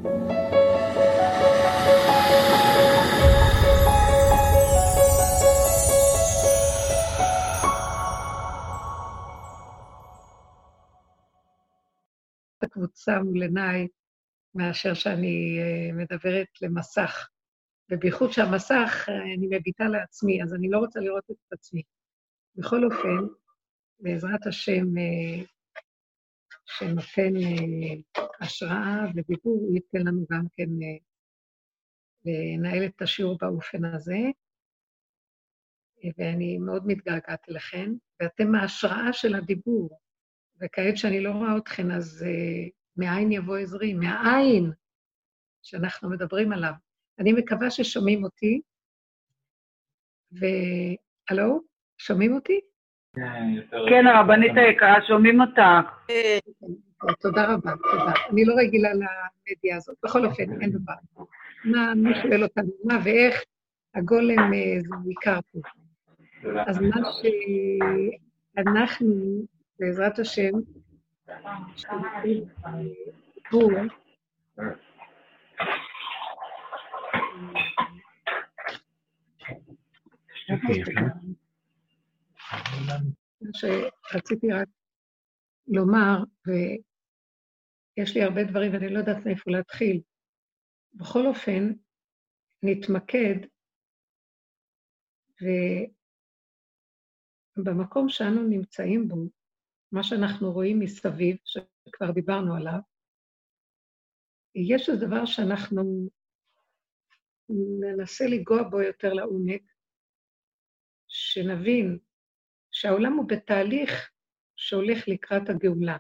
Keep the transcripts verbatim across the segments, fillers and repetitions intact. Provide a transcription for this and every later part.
הקבוצה מול עיניי, מאשר שאני מדברת למסך, ובייחוד שהמסך אני מביטה לעצמי, אז אני לא רוצה לראות את עצמי. בכל אופן, בעזרת השם שנותן השראה ודיבור, הוא ייתן לנו גם כן לנהל את השיעור באופן הזה, ואני מאוד מתגעגעת אליכם, ואתם ההשראה של הדיבור, וכעת שאני לא רואה אתכם, אז uh, מאין יבוא עזרי, מהעין שאנחנו מדברים עליו. אני מקווה ששומעים אותי, והלו, שומעים אותי? כן, הרבנית היקרה, שומעים אותך. תודה רבה, תודה. אני לא רגילה למדיה הזאת, בכל אופן, אין דבר. מה, מי שואל אותנו, מה ואיך, הגולם זה בעיקר פה. אז מה שאנחנו, בעזרת השם, הוא, שרציתי רק לומר, ויש לי הרבה דברים ואני לא יודעת מאיפה להתחיל. בכל אופן, נתמקד, ובמקום שאנו נמצאים בו, מה שאנחנו רואים מסביב, שכבר דיברנו עליו, יש איזה דבר שאנחנו ננסה לגוע בו יותר לעומק, שנבין שהעולם הוא בתהליך שהולך לקראת הגאולה.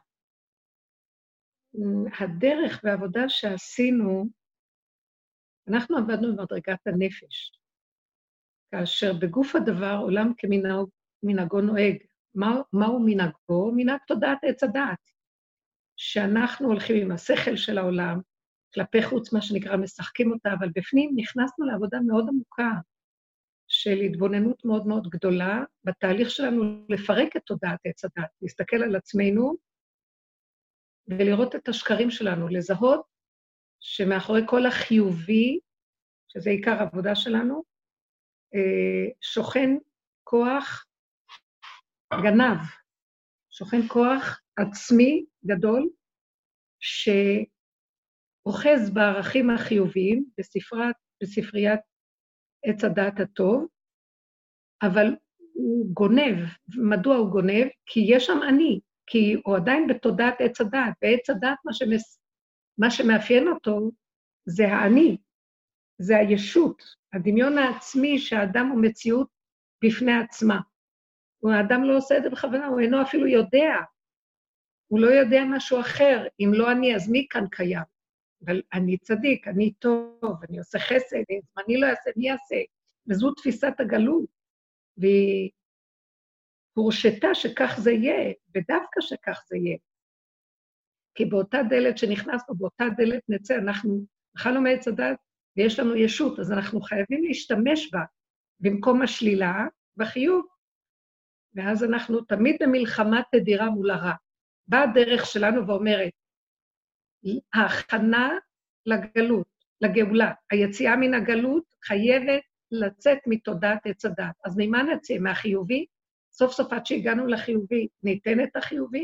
הדרך והעבודה שעשינו, אנחנו עבדנו במדרגת הנפש, כאשר בגוף הדבר עולם כמנהגו נוהג. מה, מהו מנהגו? מנהג תודעת עץ הדעת. שאנחנו הולכים עם השכל של העולם, כלפי חוץ מה שנקרא משחקים אותה, אבל בפנים נכנסנו לעבודה מאוד עמוקה, של התבוננות מאוד מאוד גדולה, בתהליך שלנו לפרק את תודעת עץ הדעת, להסתכל על עצמנו, ולראות את השקרים שלנו, לזהות שמאחורי כל החיובי, שזה עיקר העבודה שלנו, שוכן כוח גנב, שוכן כוח עצמי גדול, שאוחז בערכים החיוביים, בספרת, בספריית עץ הדעת הטוב, אבל הוא גונב. מדוע הוא גונב? כי יש שם אני, כי הוא עדיין בתודעת עץ הדעת, ועץ הדעת מה, שמס... מה שמאפיין אותו זה האני, זה הישות, הדמיון העצמי שהאדם הוא מציאות בפני עצמה. האדם לא עושה את זה בכוונה, הוא אינו אפילו יודע, הוא לא יודע משהו אחר, אם לא אני, אז מי כאן קיים? אבל אני צדיק, אני טוב, אני עושה חסד, אם אני לא אעשה, מי יעשה? וזו תפיסת הגלות, והיא הורשתה שכך זה יהיה, ודווקא שכך זה יהיה. כי באותה דלת שנכנסנו, באותה דלת נצא, אנחנו אכלנו מעץ הדת, ויש לנו ישות, אז אנחנו חייבים להשתמש בה, במקום השלילה, בחיוב. ואז אנחנו תמיד במלחמה תדירה מול הרע. באה הדרך שלנו ואומרת, ההכנה לגלות, לגאולה, היציאה מן הגלות חייבת לצאת מתודעת עץ הדת. אז ממה נצא? מהחיובי? סוף סוף עד שהגענו לחיובי, ניתן את החיובי?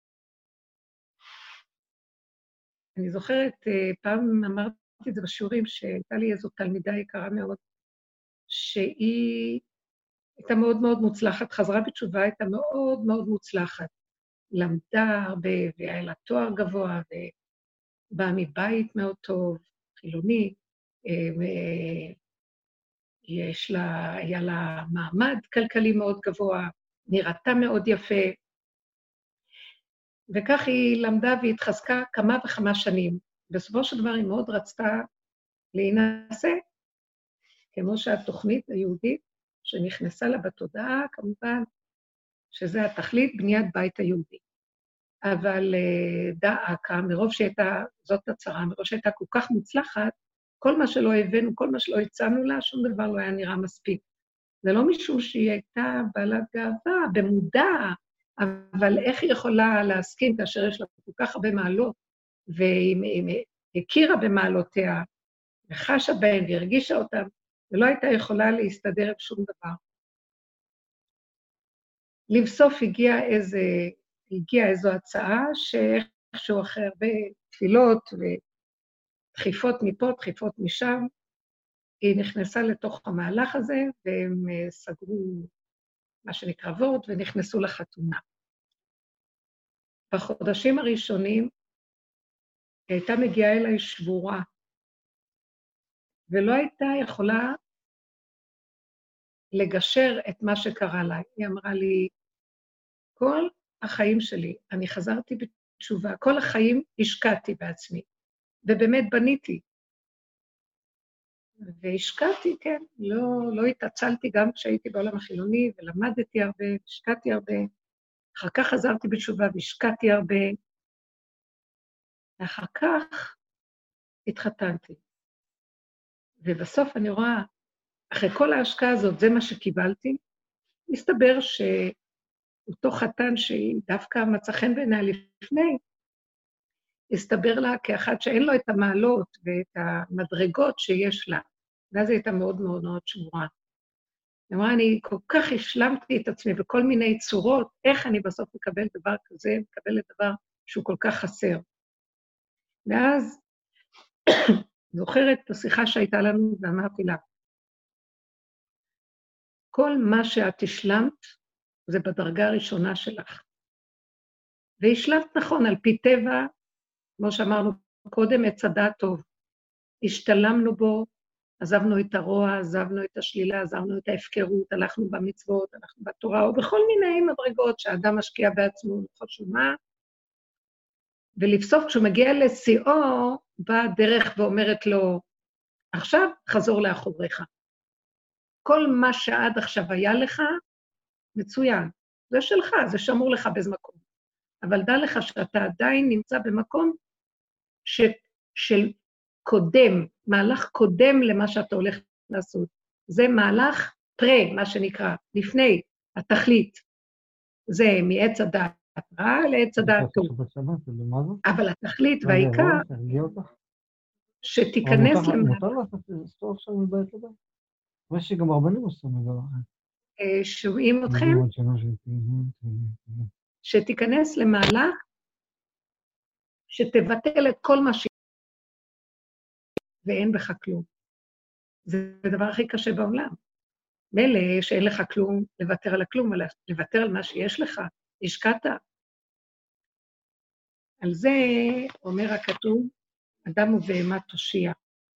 אני זוכרת, פעם אמרתי את זה בשיעורים, שהייתה לי איזו תלמידה יקרה מאוד, שהיא הייתה מאוד מאוד מוצלחת, חזרה בתשובה, הייתה מאוד מאוד מוצלחת. למדה הרבה, והיה לה תואר גבוה, ובאה מבית מאוד טוב, חילוני, יש לה, היה לה מעמד כלכלי מאוד גבוה, נראתה מאוד יפה, וכך היא למדה והתחזקה כמה וכמה שנים. בסופו של דבר היא מאוד רצתה להינשא, כמו שהתוכנית היהודית שנכנסה לה בתודעה, כמובן, שזה התכלית, בניית בית היהודי. אבל דאקה, מרוב שהייתה, זאת הצרה, מרוב שהייתה כל כך מוצלחת, כל מה שלא הבאנו, כל מה שלא הצענו לה, שום דבר לא היה נראה מספיק. זה לא משום שהיא הייתה בעלת גאווה, במודע, אבל איך היא יכולה להסכים כאשר יש לה כל כך הרבה מעלות, והיא הכירה במעלותיה, וחשה בהן והרגישה אותם, ולא הייתה יכולה להסתדר עם שום דבר. לבסוף הגיעה איזה, הגיעה איזו הצעה, שאיכשהו אחרי הרבה תפילות ודחיפות מפה, דחיפות משם, היא נכנסה לתוך המהלך הזה, והם סגרו מה שנקרא וורד, ונכנסו לחתונה. בחודשים הראשונים, היא הייתה מגיעה אליי שבורה, ולא הייתה יכולה לגשר את מה שקרה לה. היא אמרה לי, כל החיים שלי, אני חזרתי בתשובה, כל החיים השקעתי בעצמי, ובאמת בניתי. והשקעתי, כן, לא, לא התעצלתי גם כשהייתי בעולם החילוני, ולמדתי הרבה, השקעתי הרבה, אחר כך חזרתי בתשובה והשקעתי הרבה, ואחר כך התחתנתי. ובסוף אני רואה, אחרי כל ההשקעה הזאת, זה מה שקיבלתי, מסתבר שאותו חתן שהיא דווקא מצא חן בעיניה לפני, הסתבר לה כאחד שאין לו את המעלות ואת המדרגות שיש לה, ואז היא הייתה מאוד מאוד מאוד שבורה. היא אמרה, אני כל כך השלמתי את עצמי בכל מיני צורות, איך אני בסוף מקבל דבר כזה, מקבל את דבר שהוא כל כך חסר. ואז זוכרת את השיחה שהייתה לנו, ואמרתי לה, כל מה שאת השלמת, זה בדרגה הראשונה שלך. והשלמת נכון, על פי טבע, כמו שאמרנו קודם, עץ הדעת טוב. השתלמנו בו, עזבנו את הרוע, עזבנו את השלילה, עזבנו את ההפקרות, הלכנו במצוות, הלכנו בתורה, או בכל מיני מדרגות שהאדם משקיע בעצמו, לא חשוב מה. ולבסוף, כשהוא מגיע לשיאו, באה דרך ואומרת לו, עכשיו חזור לאחוריך. כל מה שעד עכשיו היה לך, מצוין. זה שלך, זה שמור לך באיזה מקום. אבל דע לך שאתה עדיין נמצא במקום ש... של קודם, מהלך קודם למה שאתה הולך לעשות. זה מהלך פרה, מה שנקרא, לפני התכלית. זה מעץ הדעת רע לעץ הדעת טוב. אבל התכלית והעיקר, שתיכנס למעלה. מותר לעשות סטור עכשיו מבית לבית? ויש שגם רבנים עושים דבר. שומעים אתכם? שתיכנס למהלך, שתבטל את כל מה ש... ואין בך כלום. זה הדבר הכי קשה בעולם. מילא שאין לך כלום, לוותר על הכלום, אלא לוותר על מה שיש לך, השקעת. על זה אומר הכתוב, אדם ובהמה תושיע.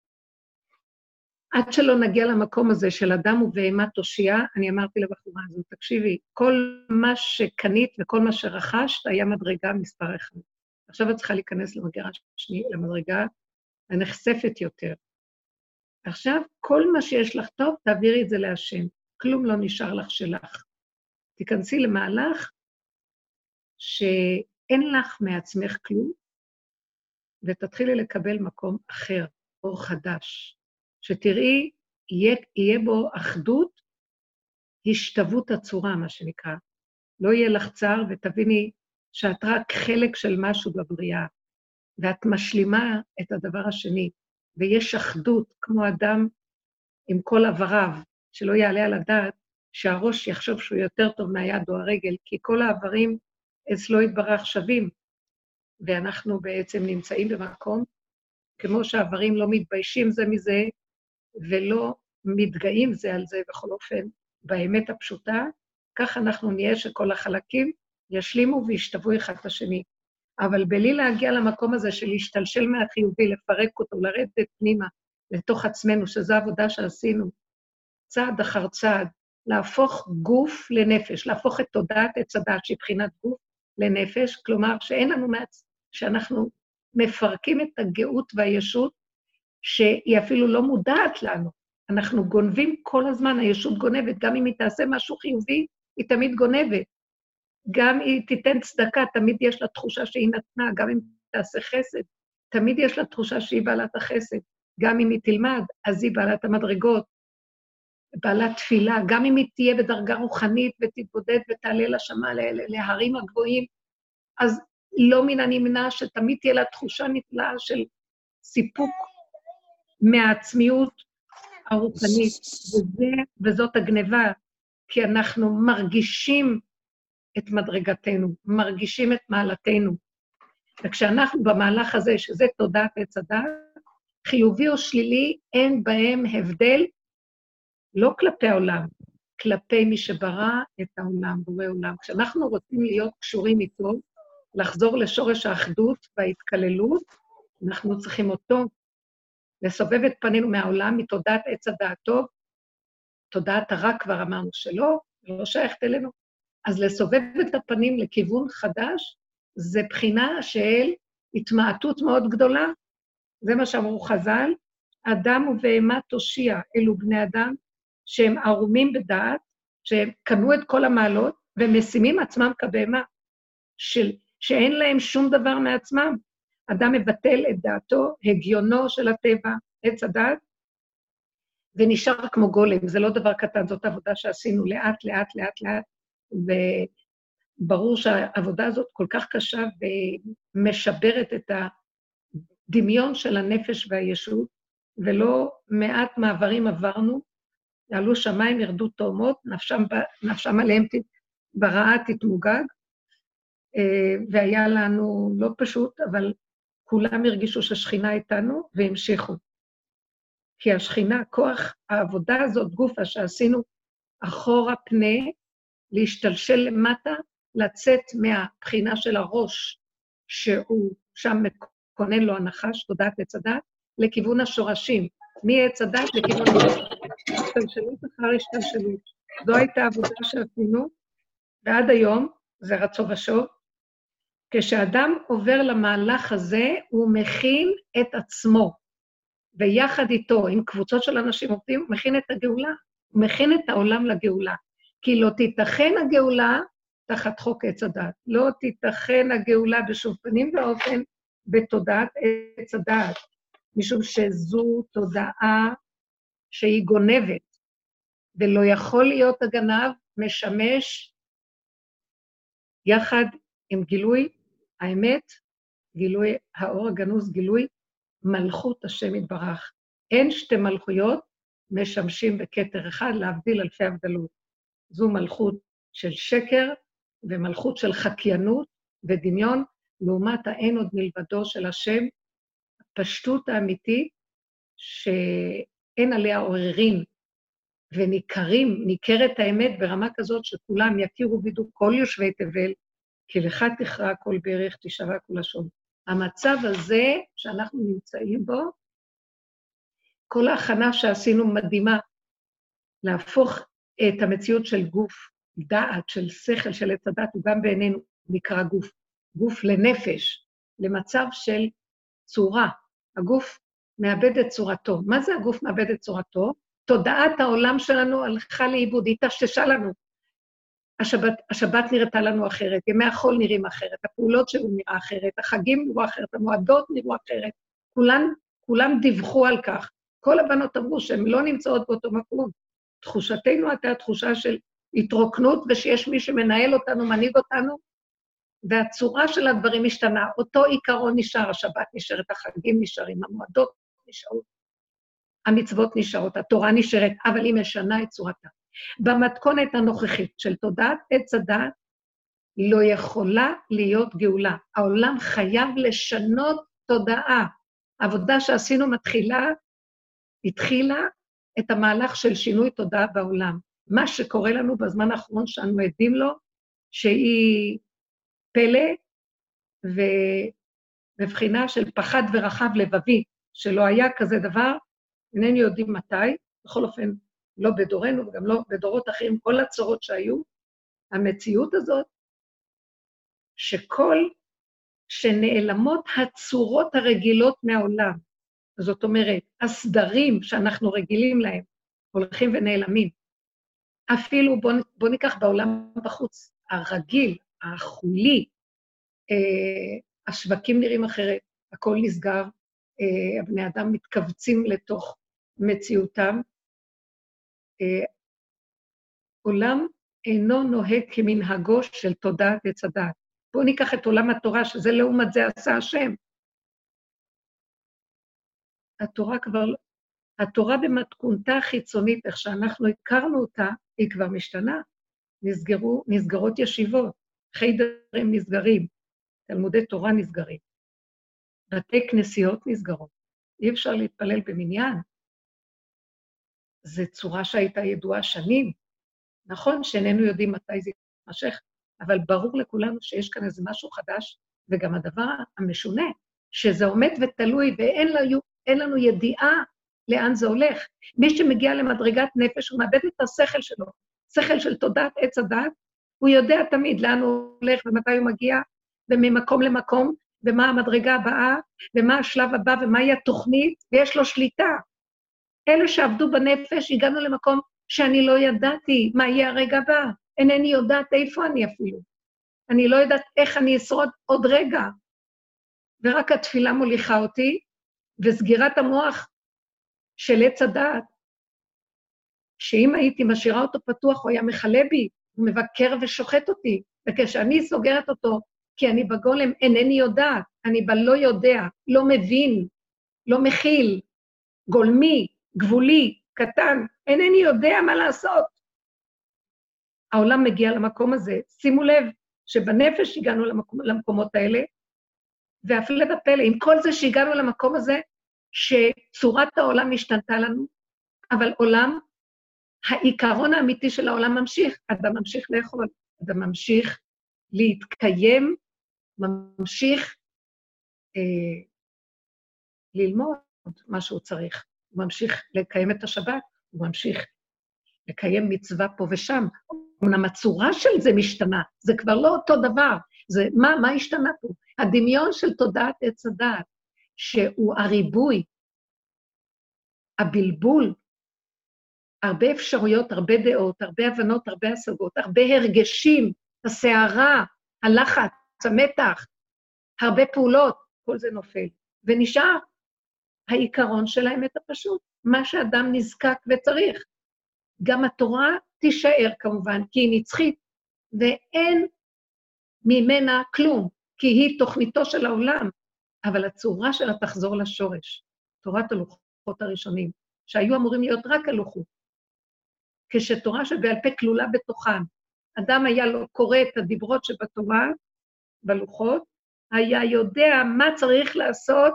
עד שלא נגיע למקום הזה של אדם ובהמה תושיע, אני אמרתי לבחורה הזאת, תקשיבי, כל מה שקנית וכל מה שרכשת היה מדרגה מספר אחד. עכשיו את צריכה להיכנס למדרגה השנייה, למדרגה הנחשפת יותר. עכשיו, כל מה שיש לך טוב, תעבירי את זה להשם. כלום לא נשאר לך שלך. תיכנסי למהלך שאין לך מעצמך כלום, ותתחילי לקבל מקום אחר, אור חדש. שתראי, יהיה, יהיה בו אחדות, השתוות הצורה, מה שנקרא. לא יהיה לך צער, ותביני שאת רק חלק של משהו בבריאה, ואת משלימה את הדבר השני, ויש אחדות, כמו אדם עם כל עבריו, שלא יעלה על הדעת, שהראש יחשוב שהוא יותר טוב מהיד או הרגל, כי כל העברים אצלו יתברך שווים, ואנחנו בעצם נמצאים במקום, כמו שהעברים לא מתביישים זה מזה, ולא מתגאים זה על זה בכל אופן, באמת הפשוטה, כך אנחנו נהיה שכל החלקים ישלימו וישתוו אחד את השני. אבל בלי להגיע למקום הזה של להשתלשל מהחיובי, לפרק אותו, לרדת פנימה לתוך עצמנו, שזו העבודה שעשינו, צעד אחר צעד, להפוך גוף לנפש, להפוך את תודעת עץ הדעת שהיא בחינת גוף לנפש, כלומר שאין לנו מעצ... שאנחנו מפרקים את הגאות והישות, שהיא אפילו לא מודעת לנו. אנחנו גונבים כל הזמן, הישות גונבת, גם אם היא תעשה משהו חיובי, היא תמיד גונבת. גם היא תיתן צדקה, תמיד יש לה תחושה שהיא נתנה, גם אם תעשה חסד, תמיד יש לה תחושה שהיא בעלת החסד. גם אם היא תלמד, אז היא בעלת המדרגות, בעלת תפילה, גם אם היא תהיה בדרגה רוחנית ותתבודד ותעלה לשמה, להרים הגבוהים, אז לא מן הנמנע שתמיד תהיה לה תחושה נפלאה של סיפוק מהעצמיות הרוחנית, וזה, וזאת הגניבה, כי אנחנו מרגישים את מדרגתנו, מרגישים את מעלתנו. וכשאנחנו במהלך הזה, שזה תודעת עץ הדעת, חיובי או שלילי, אין בהם הבדל, לא כלפי העולם, כלפי מי שברא את העולם, בורא עולם. כשאנחנו רוצים להיות קשורים איתו, לחזור לשורש האחדות וההתקללות, אנחנו צריכים אותו, לסובב את פנינו מהעולם, מתודעת עץ הדעת טוב, תודעת הרע כבר אמרנו שלא, לא שייכת אלינו, אז לסובב את הפנים לכיוון חדש, זה בחינה של התמעטות מאוד גדולה, זה מה שאמרו חז"ל, אדם ובהמה תושיע, אלו בני אדם, שהם ערומים בדעת, שהם קנו את כל המעלות, ומשימים עצמם כבהמה, של, שאין להם שום דבר מעצמם. אדם מבטל את דעתו, הגיונו של הטבע, עץ הדעת, ונשאר כמו גולם, זה לא דבר קטן, זאת עבודה שעשינו לאט, לאט, לאט, לאט, וברור שהעבודה הזאת כל כך קשה, ומשברת את הדמיון של הנפש והישות, ולא מעט מעברים עברנו, יעלו שמיים, ירדו תאומות, נפשם, נפשם עליהם ברעה תתמוגג, והיה לנו לא פשוט, אבל כולם הרגישו ששכינה איתנו, והמשיכו. כי השכינה, כוח העבודה הזאת, גופה שעשינו אחורה פנה, להשתלשל למטה, לצאת מהבחינה של הראש, שהוא שם מקונן לו הנחש, תודעת עץ הדעת, לכיוון השורשים, מעץ הדעת לכיוון השתלשלות אחר השתלשלות. זו הייתה העבודה שעשינו, ועד היום, זה רצו ושוב, כשאדם עובר למהלך הזה, הוא מכין את עצמו, ויחד איתו, עם קבוצות של אנשים עובדים, הוא מכין את הגאולה, הוא מכין את העולם לגאולה, כי לא תיתכן הגאולה תחת חוק עץ הדעת, לא תיתכן הגאולה בשום פנים ואופן בתודעת עץ הדעת, משום שזו תודעה שהיא גונבת, ולא יכול להיות הגנב משמש יחד עם גילוי האמת, גילוי האור הגנוז, גילוי מלכות השם יתברך. אין שתי מלכויות משמשים בכתר אחד, להבדיל אלפי הבדלות. זו מלכות של שקר ומלכות של חקיינות ודמיון, לעומת האין עוד מלבדו של השם, הפשטות האמיתית שאין עליה עוררין וניכרים, ניכרת האמת ברמה כזאת שכולם יכירו וידעו כל יושבי תבל, כי לך תכרע כל ברך, תשבע כל לשון. המצב הזה שאנחנו נמצאים בו, כל ההכנה שעשינו מדהימה, להפוך את המציאות של גוף, דעת, של שכל, של עץ הדעת, הוא גם בעינינו נקרא גוף, גוף לנפש, למצב של צורה. הגוף מאבד את צורתו. מה זה הגוף מאבד את צורתו? תודעת העולם שלנו הלכה לאיבוד, היא תשתשה לנו. השבת, השבת נראתה לנו אחרת, ימי החול נראים אחרת, הפעולות שלנו נראה אחרת, החגים נראו אחרת, המועדות נראו אחרת, כולן, כולם דיווחו על כך. כל הבנות אמרו שהן לא נמצאות באותו מקום. תחושתנו הייתה תחושה של התרוקנות, ושיש מי שמנהל אותנו, מנהיג אותנו, והצורה של הדברים השתנה. אותו עיקרון נשאר, השבת נשארת, החגים נשארים, המועדות נשארות, המצוות נשארות, התורה נשארת, אבל היא משנה את צורתה. במתכונת הנוכחית של תודעת עץ הדעת, לא יכולה להיות גאולה. העולם חייב לשנות תודעה. העבודה שעשינו מתחילה, התחילה את המהלך של שינוי תודעה בעולם. מה שקורה לנו בזמן האחרון שאנו עדים לו, שהיא פלא ובבחינה של פחד ורחב לבבי, שלא היה כזה דבר, אינני יודעים מתי, בכל אופן לא בדורנו וגם לא בדורות אחרים, כל הצורות שהיו, המציאות הזאת, שכל שנעלמות הצורות הרגילות מהעולם, זאת אומרת, הסדרים שאנחנו רגילים להם, הולכים ונעלמים. אפילו בוא, בוא ניקח בעולם בחוץ, הרגיל, החולי, אה, השווקים נראים אחרת, הכל נסגר, אה, הבני אדם מתכווצים לתוך מציאותם, אה, עולם אינו נוהג כמנהגו של תודעת עץ הדעת. בואו ניקח את עולם התורה, שזה לעומת זה עשה השם. התורה כבר, התורה במתכונתה החיצונית, איך שאנחנו הכרנו אותה, היא כבר משתנה. נסגרו, נסגרות ישיבות, חיידרים נסגרים, תלמודי תורה נסגרים, בתי כנסיות נסגרות. אי אפשר להתפלל במניין. זו צורה שהייתה ידועה שנים. נכון שאיננו יודעים מתי זה יתמשך, אבל ברור לכולנו שיש כאן איזה משהו חדש, וגם הדבר המשונה, שזה עומד ותלוי, ואין לנו, אין לנו ידיעה לאן זה הולך. מי שמגיע למדרגת נפש, הוא מאבד את השכל שלו, שכל של תודעת עץ הדת, הוא יודע תמיד לאן הוא הולך ומתי הוא מגיע, וממקום למקום, ומה המדרגה הבאה, ומה השלב הבא, ומהי התוכנית, ויש לו שליטה. אלה שעבדו בנפש, הגענו למקום שאני לא ידעתי מה יהיה הרגע הבא, אינני יודעת איפה אני אפילו. אני לא יודעת איך אני אשרוד עוד רגע. ורק התפילה מוליכה אותי, וסגירת המוח של עץ הדעת, שאם הייתי משאירה אותו פתוח, הוא היה מחלה בי, הוא מבקר ושוחט אותי, וכשאני סוגרת אותו, כי אני בגולם אינני יודעת, אני בלא יודע, לא מבין, לא מכיל, גולמי, גבולי, קטן, אינני יודע מה לעשות. העולם מגיע למקום הזה, שימו לב שבנפש הגענו למקום, למקומות האלה, והפלא ופלא, עם כל זה שהגענו למקום הזה, שצורת העולם השתנתה לנו, אבל עולם, העיקרון האמיתי של העולם ממשיך, אדם ממשיך לאכול, אדם ממשיך להתקיים, ממשיך אה, ללמוד מה שהוא צריך, הוא ממשיך לקיים את השבת, הוא ממשיך לקיים מצווה פה ושם, אמנם הצורה של זה משתנה, זה כבר לא אותו דבר, זה מה, מה השתנה פה? הדמיון של תודעת עץ הדעת, שהוא הריבוי, הבלבול, הרבה אפשרויות, הרבה דעות, הרבה הבנות, הרבה השגות, הרבה הרגשים, הסערה, הלחץ, המתח, הרבה פעולות, כל זה נופל. ונשאר העיקרון של האמת הפשוט, מה שאדם נזקק וצריך. גם התורה תישאר כמובן, כי היא נצחית, ואין ממנה כלום, כי היא תוכניתו של העולם, אבל הצורה שלה תחזור לשורש, תורת הלוחות הראשונים, שהיו אמורים להיות רק הלוחות. כשתורה שבעל פה כלולה בתוכן, אדם היה לו קורא את הדיברות שבתורה, בלוחות, היה יודע מה צריך לעשות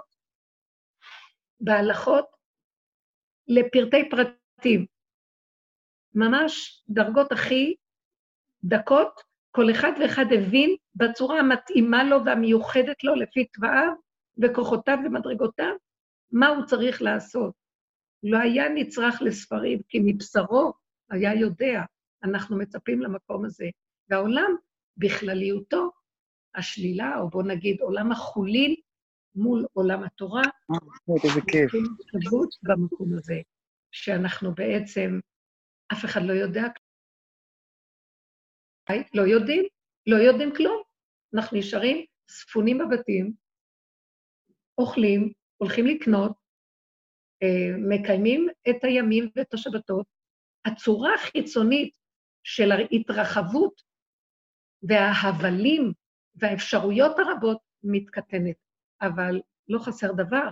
בהלכות לפרטי פרטים. ממש דרגות הכי דקות, כל אחד ואחד הבין בצורה המתאימה לו והמיוחדת לו לפי טבעיו וכוחותיו ומדרגותיו, מה הוא צריך לעשות. לא היה נצרך לספרים, כי מבשרו היה יודע, אנחנו מצפים למקום הזה. והעולם בכלליותו, השלילה, או בוא נגיד עולם החולין, מול עולם התורה, איזה כיף. במקום הזה, שאנחנו בעצם, אף אחד לא יודע, לא יודעים, לא יודעים כלום. אנחנו נשארים ספונים בבתים, אוכלים, הולכים לקנות, מקיימים את הימים ואת השבתות. הצורה החיצונית של ההתרחבות וההבלים והאפשרויות הרבות מתקטנת, אבל לא חסר דבר.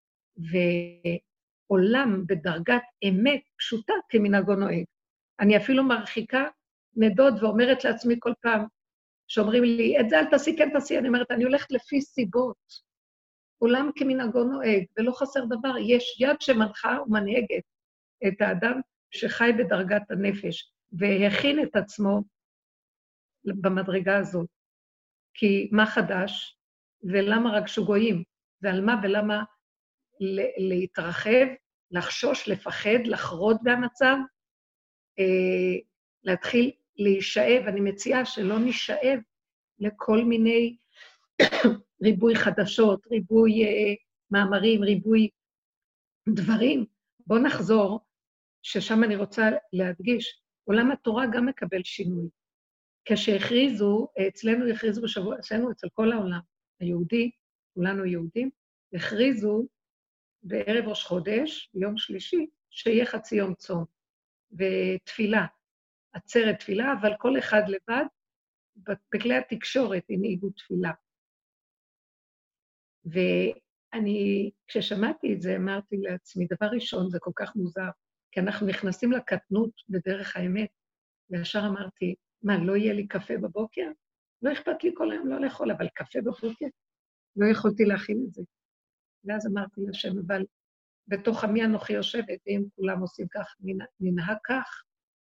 ועולם בדרגת אמת פשוטה כמנהגו נוהג. אני אפילו מרחיקה נדוד ואומרת לעצמי כל פעם, שאומרים לי, את זה אל תעשי, כן תעשי, אני אומרת, אני הולכת לפי סיבות. עולם כמנהגו נוהג, ולא חסר דבר, יש יד שמנחה ומנהגת את האדם שחי בדרגת הנפש, והכין את עצמו במדרגה הזאת. כי מה חדש, ולמה רגשו גויים, ועל מה ולמה להתרחב, לחשוש, לפחד, לחרוד מהמצב, אה, להתחיל להישאב, אני מציעה שלא נשאב לכל מיני ריבוי חדשות, ריבוי אה, מאמרים, ריבוי דברים. בואו נחזור, ששם אני רוצה להדגיש, עולם התורה גם מקבל שינוי. כשהכריזו, אצלנו הכריזו בשבוע, אצלנו אצל כל העולם היהודי, כולנו יהודים, הכריזו בערב ראש חודש, ביום שלישי, שיהיה חצי יום צום, ותפילה, עצרת תפילה, אבל כל אחד לבד, בכלי התקשורת הנהיגו תפילה. אני, כששמעתי את זה, אמרתי לעצמי, דבר ראשון, זה כל כך מוזר, כי אנחנו נכנסים לקטנות בדרך האמת, וישר אמרתי, מה, לא יהיה לי קפה בבוקר? לא אכפת לי כל היום לא לאכול, אבל קפה בבוקר? לא יכולתי להכין את זה. ואז אמרתי לשם, אבל בתוך עמי אנוכי יושבת, אם כולם עושים כך, ננהג כך.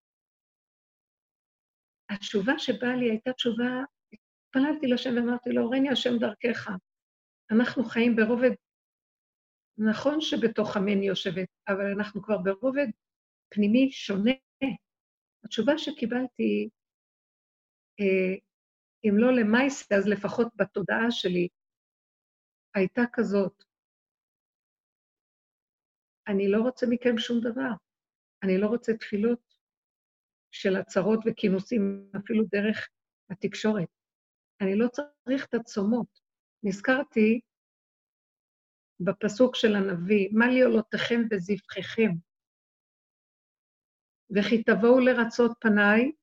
התשובה שבאה לי הייתה תשובה, התפללתי לשם ואמרתי לו, רני השם דרכך. אנחנו חיים ברובד, נכון שבתוך עמי אני יושבת, אבל אנחנו כבר ברובד פנימי שונה. התשובה שקיבלתי, אה, אם לא למייסה, אז לפחות בתודעה שלי, הייתה כזאת, אני לא רוצה מכם שום דבר, אני לא רוצה תפילות של הצהרות וכינוסים, אפילו דרך התקשורת. אני לא צריך את הצומות. נזכרתי בפסוק של הנביא, מה לי עולותיכם וזבחיכם, וכי תבואו לרצות פניי,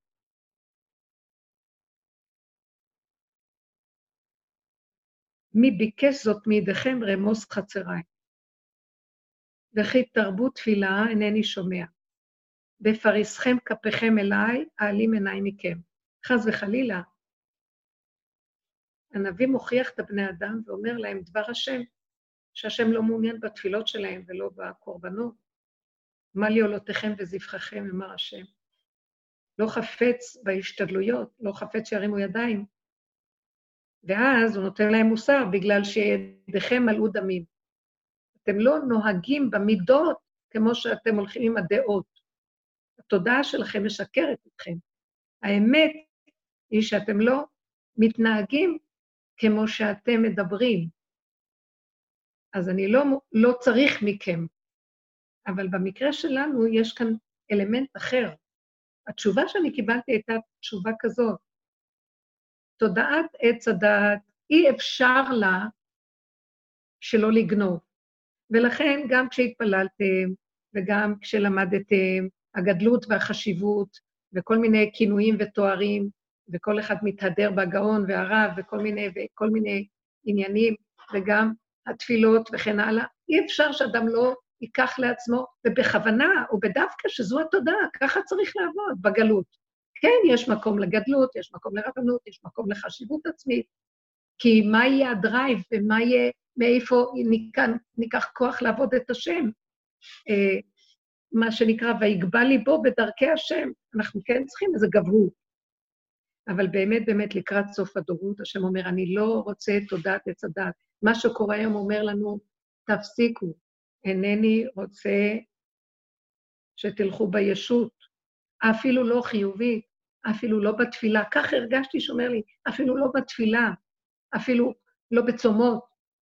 מי ביקש זאת מידיכם רמוס חצריי. וכי תרבו תפילה אינני שומע. בפריסכם כפיכם אליי, העלים עיניי מכם. חס וחלילה, הנביא מוכיח את הבני אדם ואומר להם דבר השם, שהשם לא מעוניין בתפילות שלהם ולא בקורבנות. מה לי עולותיכם וזבחיכם, אמר השם. לא חפץ בהשתדלויות, לא חפץ שירימו ידיים. ואז הוא נותן להם מוסר, בגלל שידיכם מלאו דמים. אתם לא נוהגים במידות כמו שאתם הולכים עם הדעות. התודעה שלכם משקרת אתכם. האמת היא שאתם לא מתנהגים כמו שאתם מדברים. אז אני לא, לא צריך מכם. אבל במקרה שלנו יש כאן אלמנט אחר. התשובה שאני קיבלתי הייתה תשובה כזאת. תודעת עץ הדעת, אי אפשר לה שלא לגנוב. ולכן גם כשהתפללתם, וגם כשלמדתם, הגדלות והחשיבות, וכל מיני כינויים ותוארים, וכל אחד מתהדר בגאון והרב, וכל מיני, וכל מיני עניינים, וגם התפילות וכן הלאה, אי אפשר שאדם לא ייקח לעצמו, ובכוונה או בדווקא שזו התודעה, ככה צריך לעבוד בגלות. כן, יש מקום לגדלות, יש מקום לרבנות, יש מקום לחשיבות עצמית, כי מה יהיה הדרייב ומה יהיה, מאיפה ניקח, ניקח כוח לעבוד את השם, אה, מה שנקרא, ויגבה ליבו בדרכי השם, אנחנו כן צריכים איזה גברות, אבל באמת באמת לקראת סוף הדורות, השם אומר, אני לא רוצה תודעת עץ הדת, מה שקורה היום אומר לנו, תפסיקו, אינני רוצה שתלכו בישות, אפילו לא חיובית, אפילו לא בתפילה, כך הרגשתי שאומר לי, אפילו לא בתפילה, אפילו לא בצומות.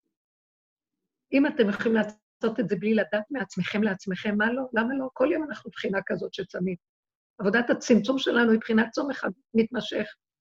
אם אתם יכולים לעשות את זה בלי לדעת מעצמכם לעצמכם, מה לא? למה לא? כל יום אנחנו בחינה כזאת שצמים. עבודת הצמצום שלנו היא בחינת צום אחד מתמשך,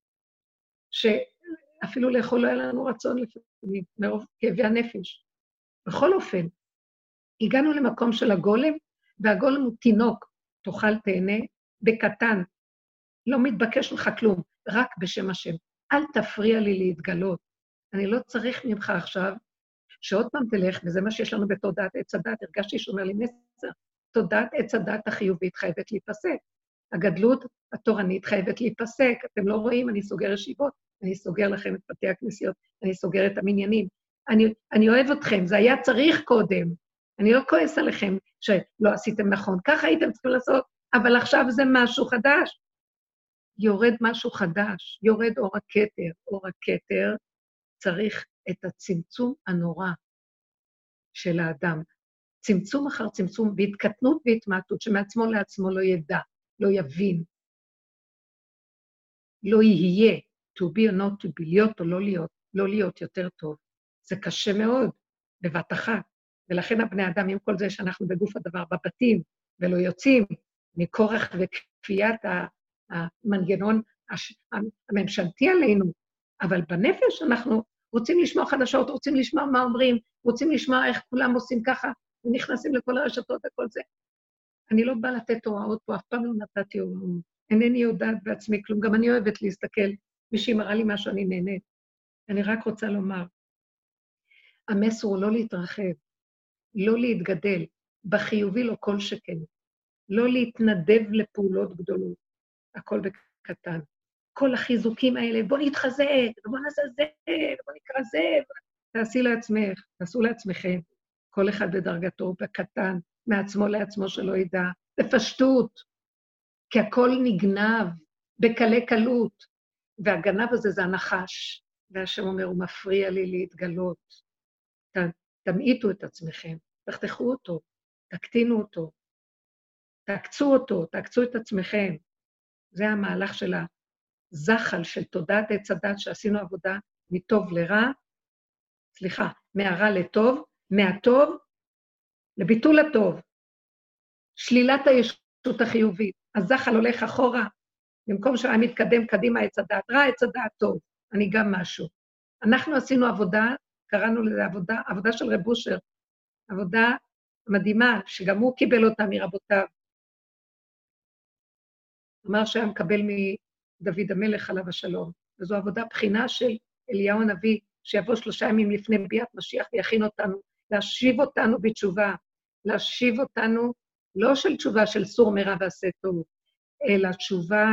שאפילו לאכול לא היה לנו רצון לפעמים, מרוב כאבי הנפש. בכל אופן, הגענו למקום של הגולם, והגולם הוא תינוק, תאכל תהנה, בקטן, לא מתבקש לך כלום, רק בשם השם. אל תפריע לי להתגלות. אני לא צריך ממך עכשיו, שעוד פעם תלך, וזה מה שיש לנו בתודעת עץ הדת, הרגשתי שאומר לי מסר, תודעת עץ הדת החיובית חייבת להיפסק. הגדלות התורנית חייבת להיפסק, אתם לא רואים, אני סוגר ישיבות, אני סוגר לכם את בתי הכנסיות, אני סוגר את המניינים. אני, אני אוהב אתכם, זה היה צריך קודם. אני לא כועס עליכם שלא עשיתם נכון, ככה הייתם צריכים לעשות, אבל עכשיו זה משהו חדש. יורד משהו חדש, יורד אור הכתר, אור הכתר צריך את הצמצום הנורא של האדם. צמצום אחר צמצום, בהתקטנות והתמעטות, שמעצמו לעצמו לא ידע, לא יבין, לא יהיה, to be or not to be, להיות או לא להיות, לא להיות יותר טוב. זה קשה מאוד, בבת אחת. ולכן הבני אדם, עם כל זה שאנחנו בגוף הדבר, בבתים, ולא יוצאים מכורח וכפיית המנגנון הממשלתי עלינו, אבל בנפש אנחנו רוצים לשמוע חדשות, רוצים לשמוע מה אומרים, רוצים לשמוע איך כולם עושים ככה, ונכנסים לכל הרשתות וכל זה. אני לא באה לתת הוראות פה, אף פעם לא נתתי הוראות. אינני יודעת בעצמי כלום, גם אני אוהבת להסתכל, מי שאמרה לי משהו אני נהנית. אני רק רוצה לומר, המסר הוא לא להתרחב, לא להתגדל, בחיובי לא כל שכן, לא להתנדב לפעולות גדולות, הכל בקטן. כל החיזוקים האלה, בוא נתחזק, בוא נעשה זה, בוא נקרא זה, תעשי לעצמך, תעשו לעצמכם, כל אחד בדרגתו, בקטן, מעצמו לעצמו שלא ידע, בפשטות, כי הכל נגנב, בקלי קלות, והגנב הזה זה הנחש, והשם אומר, הוא מפריע לי להתגלות. ת, תמעיטו את עצמכם, תחתכו אותו, תקטינו אותו, תקצו אותו, תקצו את עצמכם. זה המהלך של הזחל של תודעת עץ הדת, שעשינו עבודה מטוב לרע, סליחה, מהרע לטוב, מהטוב לביטול הטוב, שלילת הישות החיובית. הזחל הולך אחורה, במקום שהיה מתקדם קדימה עץ הדת, רע עץ הדת טוב, אני גם משהו. אנחנו עשינו עבודה, קראנו לזה עבודה, עבודה של רב אושר, עבודה מדהימה, שגם הוא קיבל אותה מרבותיו. אמר שהיה מקבל מדוד המלך עליו השלום, וזו עבודה בחינה של אליהו הנביא, שיבוא שלושה ימים לפני ביאת משיח ויכין אותנו, להשיב אותנו בתשובה, להשיב אותנו, לא של תשובה של סור מרע ועשה טוב, אלא תשובה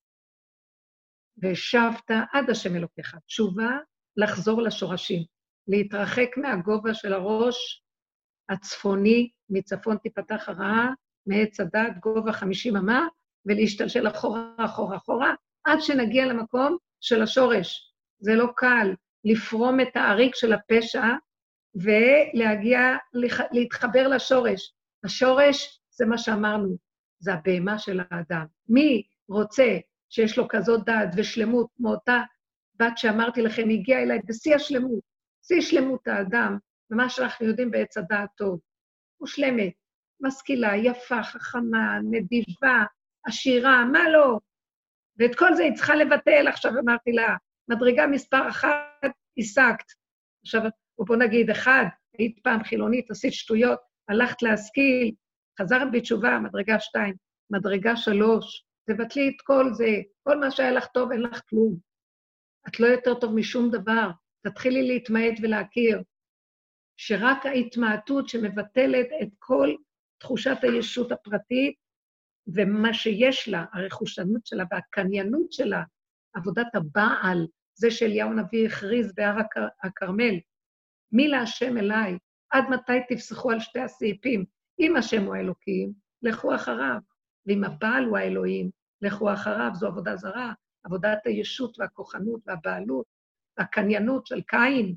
ושבת עד השם אלוקיך, תשובה לחזור לשורשים, להתרחק מהגובה של הראש הצפוני, מצפון תיפתח הרעה, מעץ הדת, גובה חמישים אמה, ולהשתלשל אחורה, אחורה, אחורה, עד שנגיע למקום של השורש. זה לא קל לפרום את העריק של הפשע, ולהגיע, להתחבר לשורש. השורש זה מה שאמרנו, זה הבהמה של האדם. מי רוצה שיש לו כזאת דעת ושלמות, כמו אותה בת שאמרתי לכם, הגיעה אליי בשיא השלמות, שיא שלמות האדם, ומה שאנחנו יודעים בעץ הדעת טוב, מושלמת, משכילה, יפה, חכמה, נדיבה, עשירה, מה לא? ואת כל זה היא צריכה לבטל, עכשיו אמרתי לה, מדרגה מספר אחת, השגת. עכשיו, בוא נגיד, אחד, היית פעם חילונית, עשית שטויות, הלכת להשכיל, חזרת בתשובה, מדרגה שתיים, מדרגה שלוש, תבטלי את כל זה, כל מה שהיה לך טוב, אין לך כלום. את לא יותר טוב משום דבר, תתחילי להתמעט ולהכיר, שרק ההתמעטות שמבטלת את כל תחושת הישות הפרטית, ומה שיש לה, הרכושנות שלה והקניינות שלה, עבודת הבעל, זה שאליהו הנביא הכריז בהר הכרמל, מי להשם אליי, עד מתי תפסחו על שתי הסעיפים, אם השם הוא האלוקים, לכו אחריו, ואם הבעל הוא האלוהים, לכו אחריו, זו עבודה זרה, עבודת הישות והכוחנות והבעלות, והקניינות של קין.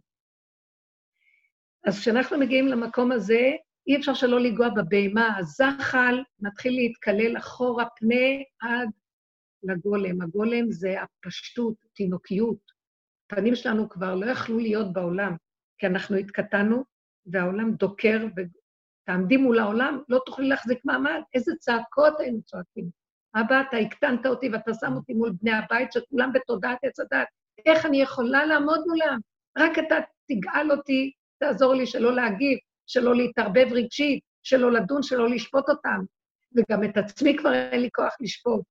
אז כשאנחנו מגיעים למקום הזה, אי אפשר שלא לגוע בבהמה, הזחל מתחיל להתקלל אחורה פנה עד לגולם. הגולם זה הפשטות, תינוקיות. הפנים שלנו כבר לא יכלו להיות בעולם, כי אנחנו התקטנו, והעולם דוקר, ותעמדי מול העולם, לא תוכלי להחזיק מעמד. איזה צעקות היינו צועקים. אבא, אתה הקטנת אותי ואתה שם אותי מול בני הבית, שכולם בתודעת עץ הדת. איך אני יכולה לעמוד מולם? רק אתה תגאל אותי, תעזור לי שלא להגיב, שלא להתערבב רגשית, שלא לדון, שלא לשפוט אותם. וגם את עצמי כבר אין לי כוח לשפוט.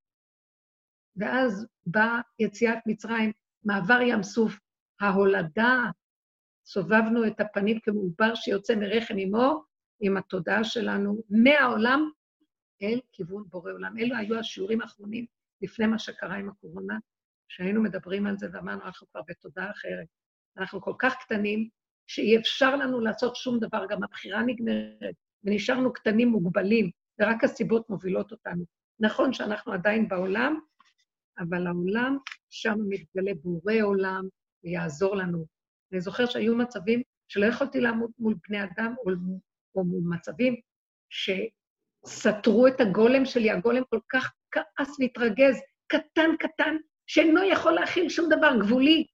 ואז באה יציאת מצרים, מעבר ים סוף, ההולדה, סובבנו את הפנים כמעובר שיוצא מרחם אמו, עם התודעה שלנו, מהעולם אל כיוון בורא עולם. אלו היו השיעורים האחרונים לפני מה שקרה עם הקורונה, שהיינו מדברים על זה ואמרנו, אנחנו כבר בתודעה אחרת. אנחנו כל כך קטנים, שאי אפשר לנו לעשות שום דבר, גם הבחירה נגמרת, ונשארנו קטנים מוגבלים, ורק הסיבות מובילות אותנו. נכון שאנחנו עדיין בעולם, אבל העולם שם מתגלה בורא עולם, ויעזור לנו. אני זוכר שהיו מצבים שלא יכולתי לעמוד מול בני אדם, או, או מול מצבים שסתרו את הגולם שלי, הגולם כל כך כעס והתרגז, קטן קטן, שאינו יכול להכיל שום דבר גבולי.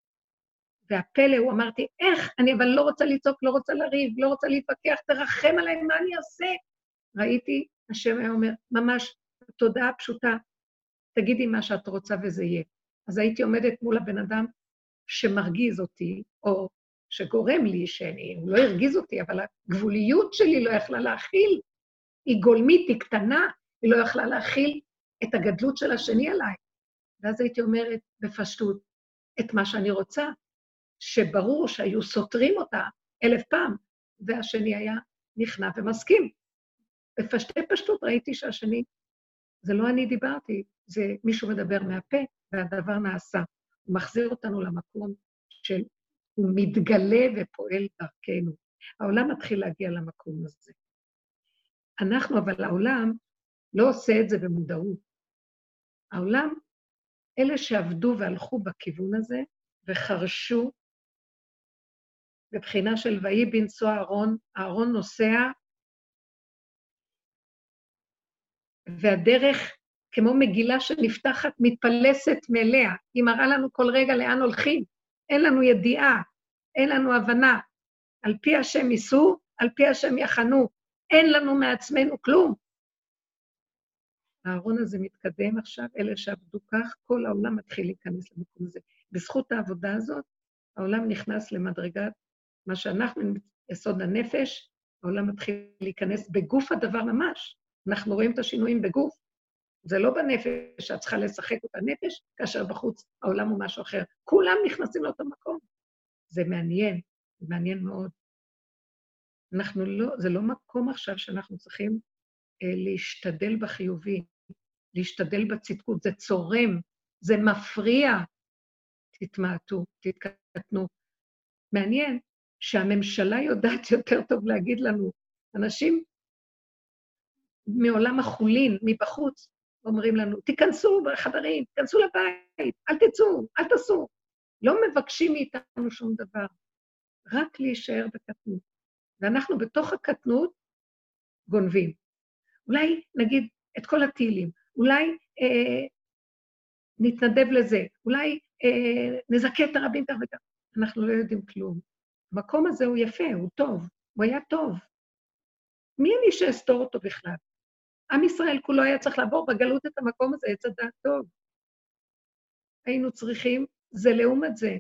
והפלא הוא אמרתי, איך? אני אבל לא רוצה לצעוק, לא רוצה לריב, לא רוצה להתווכח, תרחם עליי, מה אני אעשה? ראיתי, השם היה אומר, ממש, תודעה פשוטה, תגידי מה שאת רוצה וזה יהיה. אז הייתי עומדת מול הבן אדם שמרגיז אותי, או שגורם לי שאני, הוא לא הרגיז אותי, אבל הגבוליות שלי לא יכלה להכיל, היא גולמית, היא קטנה, היא לא יכלה להכיל את הגדלות של השני עליי. ואז הייתי אומרת בפשטות, את מה שאני רוצה, שברור שהיו סותרים אותה, אלף פעם, והשני היה נכנע ומסכים. בפשטי פשטות ראיתי שהשני, זה לא אני דיברתי, זה מישהו מדבר מהפה, והדבר נעשה. הוא מחזיר אותנו למקום של, הוא מתגלה ופועל דרכנו. העולם מתחיל להגיע למקום הזה. אנחנו, אבל העולם לא עושה את זה במודעות. העולם, אלה שעבדו והלכו בכיוון הזה, וחרשו, בבחינה של ויהי בנשוא אהרון, אהרון נוסע, והדרך, כמו מגילה שנפתחת, מתפלסת מאליה, היא מראה לנו כל רגע לאן הולכים, אין לנו ידיעה, אין לנו הבנה, על פי השם ייסעו, על פי השם יחנו, אין לנו מעצמנו כלום. הארון הזה מתקדם עכשיו, אלה שעבדו כך, כל העולם מתחיל להיכנס למקום הזה. בזכות העבודה הזאת, העולם נכנס למדרגת, מה שאנחנו, יסוד הנפש, העולם מתחיל להיכנס בגוף הדבר ממש. אנחנו רואים את השינויים בגוף. זה לא בנפש שאת צריכה לשחק אותה נפש, כאשר בחוץ העולם הוא משהו אחר. כולם נכנסים לאותו מקום. זה מעניין, זה מעניין מאוד. אנחנו לא, זה לא מקום עכשיו שאנחנו צריכים אה, להשתדל בחיובי, להשתדל בצדקות, זה צורם, זה מפריע. תתמעטו, תתקטנו. מעניין שהממשלה יודעת יותר טוב להגיד לנו, אנשים מעולם החולין, מבחוץ, אומרים לנו, תיכנסו בחדרים, תיכנסו לבית, אל תצאו, אל תעשו. לא מבקשים מאיתנו שום דבר, רק להישאר בקטנות. ואנחנו בתוך הקטנות גונבים. אולי נגיד את כל התהילים, אולי אה, נתנדב לזה, אולי אה, נזכה את הרבים כך וכך. אנחנו לא יודעים כלום. המקום הזה הוא יפה, הוא טוב, הוא היה טוב. מי אני שאסתור אותו בכלל? עם ישראל כולו היה צריך לעבור בגלות את המקום הזה, עץ הדעת טוב. היינו צריכים, זה לעומת זה.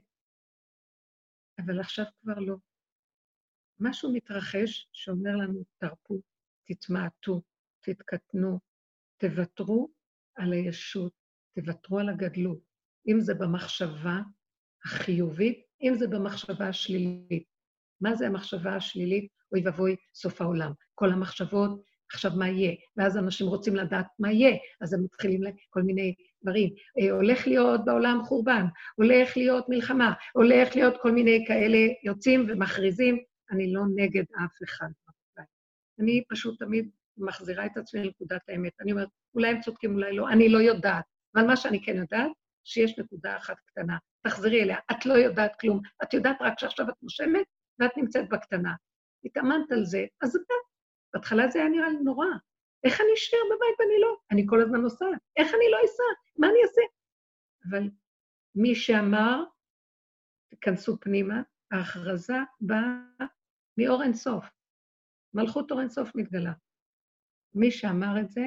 אבל עכשיו כבר לא. משהו מתרחש שאומר לנו, תרפו, תתמעטו, תתקטנו, תוותרו על הישות, תוותרו על הגדלות. אם זה במחשבה החיובית, אם זה במחשבה השלילית. מה זה המחשבה השלילית? אוי ובוי, סוף העולם. כל המחשבות, עכשיו מה יהיה? ואז אנשים רוצים לדעת מה יהיה, אז הם מתחילים לכל מיני דברים. הולך להיות בעולם חורבן, הולך להיות מלחמה, הולך להיות כל מיני כאלה יוצאים ומכריזים, אני לא נגד אף אחד. אני פשוט תמיד מחזירה את עצמי לנקודת האמת. אני אומרת, אולי הם צודקים, אולי לא, אני לא יודעת. אבל מה שאני כן יודעת, שיש נקודה אחת קטנה. תחזרי אליה, את לא יודעת כלום. את יודעת רק שעכשיו את נושמת, ואת נמצאת בקטנה. התאמנת על זה, אז אתה, בהתחלה זה היה נראה לי נורא. איך אני אשאר בבית ואני לא? אני כל הזמן נוסעת. איך אני לא אסע? מה אני אעשה? אבל מי שאמר, תכנסו פנימה, ההכרזה באה מאור אין סוף. מלכות אור אין סוף מתגלה. מי שאמר את זה,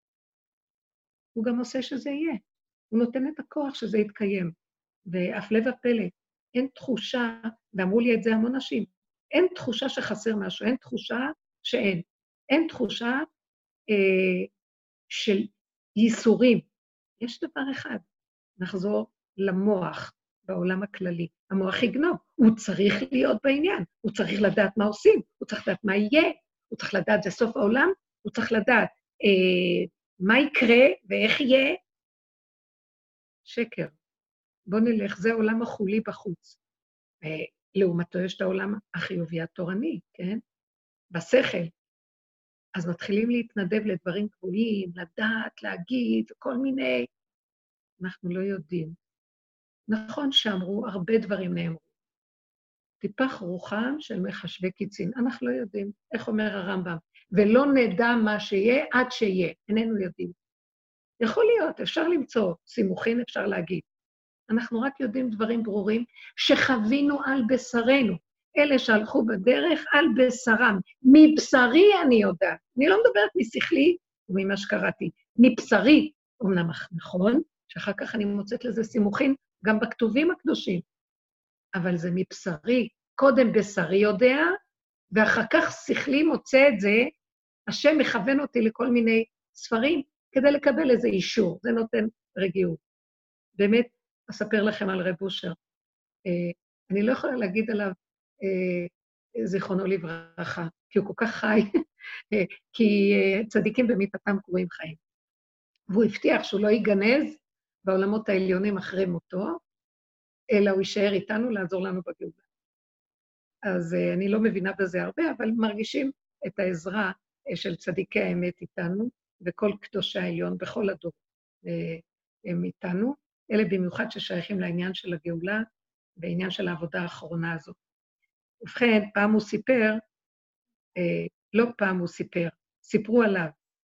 הוא גם עושה שזה יהיה. הוא נותן את הכוח שזה יתקיים. והפלא ופלא, אין תחושה, ואמרו לי את זה המון אנשים, אין תחושה שחסר משהו, אין תחושה שאין. אין תחושה אה, של ייסורים. יש דבר אחד, נחזור למוח בעולם הכללי. המוח יגנוב, הוא צריך להיות בעניין, הוא צריך לדעת מה עושים, הוא צריך לדעת מה יהיה, הוא צריך לדעת זה סוף העולם, הוא צריך לדעת אה, מה יקרה ואיך יהיה. שקר. בוא נלך, זה עולם החולי בחוץ. לעומתו יש את העולם החיובי התורני, כן? בשכל. אז מתחילים להתנדב לדברים קבועים, לדעת, להגיד, כל מיני. אנחנו לא יודעים. נכון שאמרו, הרבה דברים נאמרו. טיפח רוחם של מחשבי קיצין. אנחנו לא יודעים, איך אומר הרמב"ם, ולא נדע מה שיהיה עד שיהיה. איננו יודעים. יכול להיות, אפשר למצוא סימוכין, אפשר להגיד. אנחנו רק יודעים דברים ברורים שחווינו על בשרנו. אלה שהלכו בדרך על בשרם. מבשרי אני יודעת. אני לא מדברת משכלי וממה שקראתי. מבשרי, אמנם נכון, שאחר כך אני מוצאת לזה סימוכין גם בכתובים הקדושים. אבל זה מבשרי. קודם בשרי יודע, ואחר כך שכלי מוצא את זה, השם מכוון אותי לכל מיני ספרים, כדי לקבל איזה אישור. זה נותן רגיעות. באמת, אספר לכם על רב אושר. אה, אני לא יכולה להגיד עליו אה, זיכרונו לברכה, כי הוא כל כך חי, כי צדיקים במיתתם קרויים חיים. והוא הבטיח שהוא לא ייגנז בעולמות העליונים אחרי מותו, אלא הוא יישאר איתנו לעזור לנו בגאולה. אז אני לא מבינה בזה הרבה, אבל מרגישים את העזרה של צדיקי האמת איתנו, וכל קדושי העליון בכל הדור הם איתנו, אלה במיוחד ששייכים לעניין של הגאולה, בעניין של העבודה האחרונה הזאת. ובכן, פעם הוא סיפר, לא פעם הוא סיפר, סיפרו עליו,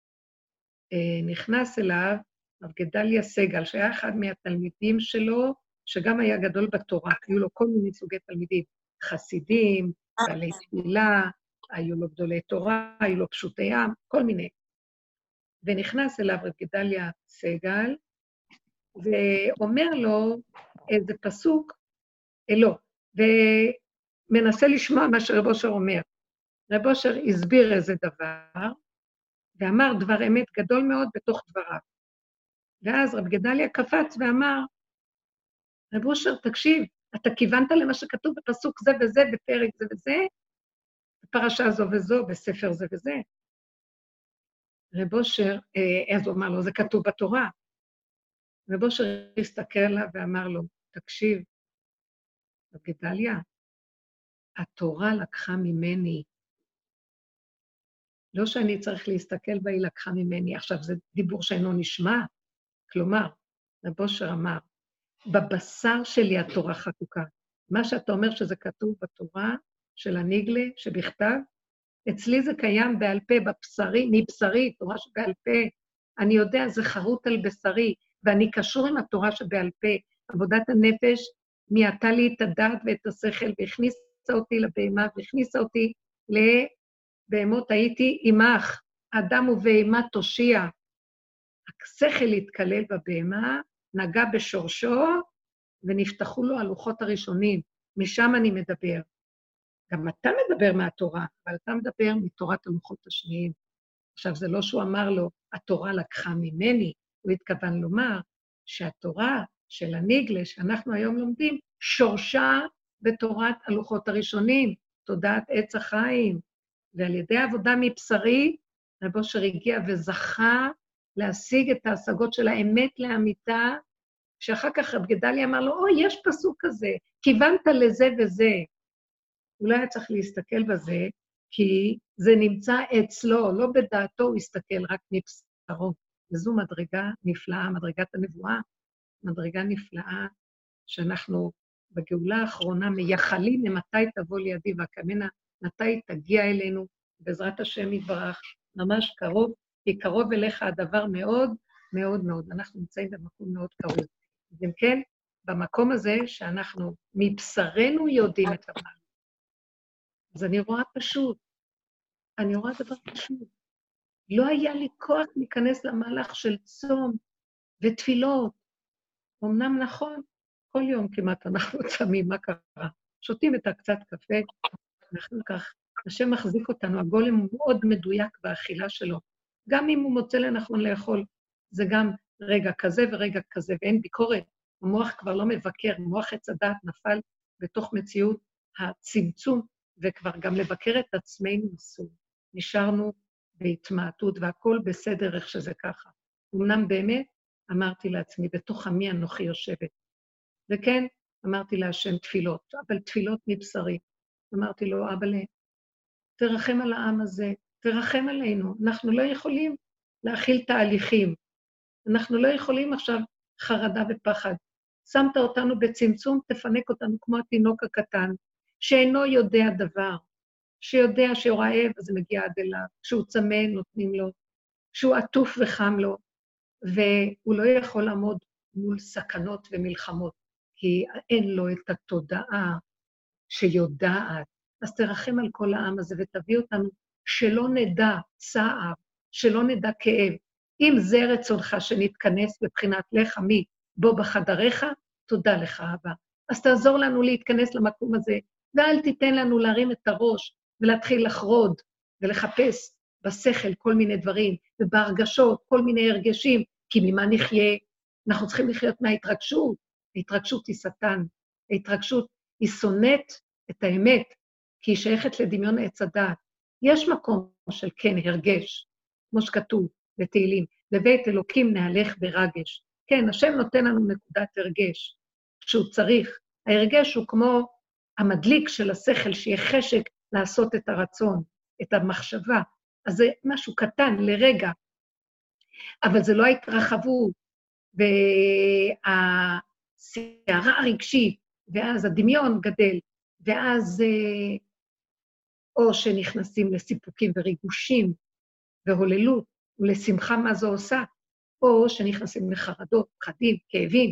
נכנס אליו רב גדליה סגל, שהיה אחד מהתלמידים שלו, שגם היה גדול בתורה, היו לו כל מיני סוגי תלמידים, חסידים, בעלי תפילה, היו לו גדולי תורה, היו לו פשוטי עם, כל מיני. ונכנס אליו רב גדליה סגל, ואומר לו איזה פסוק, לא, ומנסה לשמוע מה שרב אושר אומר. רב אושר הסביר איזה דבר, ואמר דבר אמת גדול מאוד בתוך דבריו. ואז רב גדליה קפץ ואמר, רב אושר, תקשיב, אתה כיוונת למה שכתוב בפסוק זה וזה, בפרק זה וזה, בפרשה זו וזו, בספר זה וזה. רב אושר, אז הוא אמר לו, זה כתוב בתורה. רב אושר הסתכל עליו ואמר לו, תקשיב, רב גדליה, התורה לקחה ממני, לא שאני צריך להסתכל בה, היא לקחה ממני. עכשיו, זה דיבור שאינו נשמע. כלומר, רב אושר אמר, בבשר שלי התורה חקוקה. מה שאתה אומר שזה כתוב בתורה של הניגלה, שבכתב, אצלי זה קיים בעל פה, בבשרי, מבשרי, תורה שבעל פה. אני יודע, זה חרוט על בשרי, ואני קשור עם התורה שבעל פה. עבודת הנפש מעטה לי את הדעת ואת השכל, והכניסה אותי לבהמה, והכניסה אותי לבהמות, הייתי עמך, אדם ובהמה תושיע. השכל התקלל בבהמה, נגע בשורשו, ונפתחו לו הלוחות הראשונים. משם אני מדבר. גם אתה מדבר מהתורה, אבל אתה מדבר מתורת הלוחות השניים. עכשיו, זה לא שהוא אמר לו, התורה לקחה ממני, הוא התכוון לומר שהתורה של הניגלה, שאנחנו היום לומדים, שורשה בתורת הלוחות הראשונים, תודעת עץ החיים, ועל ידי העבודה מבשרי, רב אושר הגיע וזכה להשיג את ההשגות של האמת לאמיתה, שאחר כך רב גדליה אמר לו, אוי, יש פסוק כזה, כיוונת לזה וזה. הוא לא היה צריך להסתכל בזה, כי זה נמצא אצלו, לא בדעתו הוא הסתכל רק מבשרו. וזו מדרגה נפלאה, מדרגת הנבואה, מדרגה נפלאה, שאנחנו בגאולה האחרונה מייחלים למתי תבוא לידי והקמנה, מתי תגיע אלינו, בעזרת השם יתברך, ממש קרוב, כי קרוב אליך הדבר מאוד מאוד מאוד, אנחנו נמצאים במקום מאוד קרוב. אם כן, במקום הזה שאנחנו מבשרנו יודעים את המעלה. אז אני רואה פשוט, אני רואה דבר פשוט. לא היה לי כוח להיכנס למהלך של צום ותפילות. אמנם נכון, כל יום כמעט אנחנו צמים, מה קרה? שותים את הקצת קפה, אנחנו כך, השם מחזיק אותנו, הגולם הוא מאוד מדויק באכילה שלו. גם אם הוא מוצא לנכון לאכול, זה גם רגע כזה ורגע כזה, ואין ביקורת. המוח כבר לא מבקר, מוח עץ הדעת נפל בתוך מציאות הצמצום, וכבר גם לבקר את עצמנו אסור. נשארנו בהתמעטות, והכל בסדר איך שזה ככה. אמנם באמת, אמרתי לעצמי, בתוך עמי אנוכי יושבת. וכן, אמרתי להשם תפילות, אבל תפילות מבשרי. אמרתי לו, אבא, תרחם על העם הזה, תרחם עלינו. אנחנו לא יכולים להכיל תהליכים. אנחנו לא יכולים עכשיו חרדה ופחד. שמת אותנו בצמצום, תפנק אותנו כמו התינוק הקטן, שאינו יודע דבר, שיודע שהוא רעב, אז זה מגיע עד אליו, כשהוא צמא, נותנים לו, שהוא עטוף וחם לו, והוא לא יכול לעמוד מול סכנות ומלחמות, כי אין לו את התודעה שיודעת. אז תרחם על כל העם הזה ותביא אותנו שלא נדע צער, שלא נדע כאב. אם זה רצונך שנתכנס בבחינת לך מי בו בחדריך, תודה לך אבא. אז תעזור לנו להתכנס למקום הזה, ואל תיתן לנו להרים את הראש ולהתחיל לחרוד ולחפש בשכל כל מיני דברים, ובהרגשות כל מיני הרגשים, כי ממה נחיה? אנחנו צריכים לחיות מההתרגשות. ההתרגשות היא שטן, ההתרגשות היא שונאת את האמת, כי היא שייכת לדמיון עץ הדעת. יש מקום של כן, הרגש, כמו שכתוב בתהילים, לבית אלוקים נהלך ברגש. כן, השם נותן לנו נקודת הרגש, שהוא צריך. ההרגש הוא כמו המדליק של השכל, שיהיה חשק לעשות את הרצון, את המחשבה. אז זה משהו קטן לרגע, אבל זה לא ההתרחבות, והסערה הרגשית, ואז הדמיון גדל, ואז או שנכנסים לסיפוקים וריגושים, והוללות, ולשמחה מה זו עושה, או שנכנסים לחרדות, פחדים, כאבים,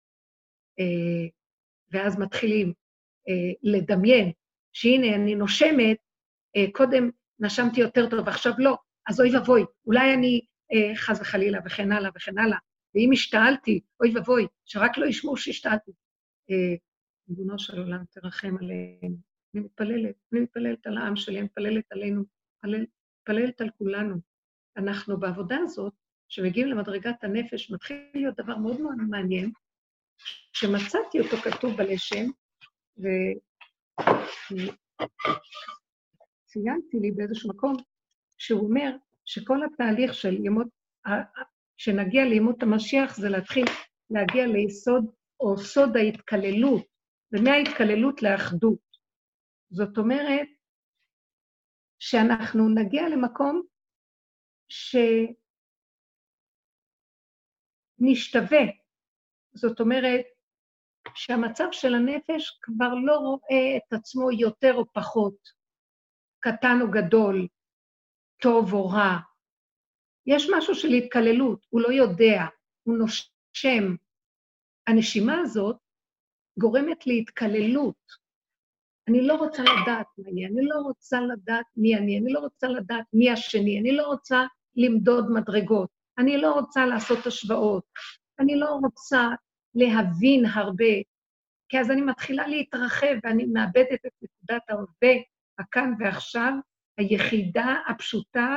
ואז מתחילים לדמיין, שהנה אני נושמת, קודם נשמתי יותר טוב, עכשיו לא, אז אוי ובוי, אולי אני חס וחלילה וכן הלאה וכן הלאה, ואם השתעלתי, אוי ובוי, שרק לא ישמעו שהשתעלתי. ריבונו של עולם תרחם עלינו, אני מתפללת, אני מתפללת על העם שלי, אני מתפללת עלינו, מתפללת על כולנו. אנחנו בעבודה הזאת, שמגיעים למדרגת הנפש, מתחיל להיות דבר מאוד מאוד מעניין, שמצאתי אותו כתוב בלשם, וציינתי לי באיזשהו מקום, שהוא אומר שכל התהליך של ימות, שנגיע לימות המשיח, זה להתחיל להגיע ליסוד, או סוד ההתקללות, ומההתקללות לאחדות. זאת אומרת, שאנחנו נגיע למקום שנשתווה. זאת אומרת, שהמצב של הנפש כבר לא רואה את עצמו יותר או פחות, קטן או גדול, טוב או רע. יש משהו של התקללות, הוא לא יודע, הוא נושם. הנשימה הזאת גורמת להתקללות. אני לא רוצה לדעת מה יהיה, אני לא רוצה לדעת מי אני, אני לא רוצה לדעת מי השני, אני לא רוצה למדוד מדרגות, אני לא רוצה לעשות השוואות, אני לא רוצה להבין הרבה, כי אז אני מתחילה להתרחב ואני מאבדת את נקודת ההווה, הכאן ועכשיו, היחידה הפשוטה,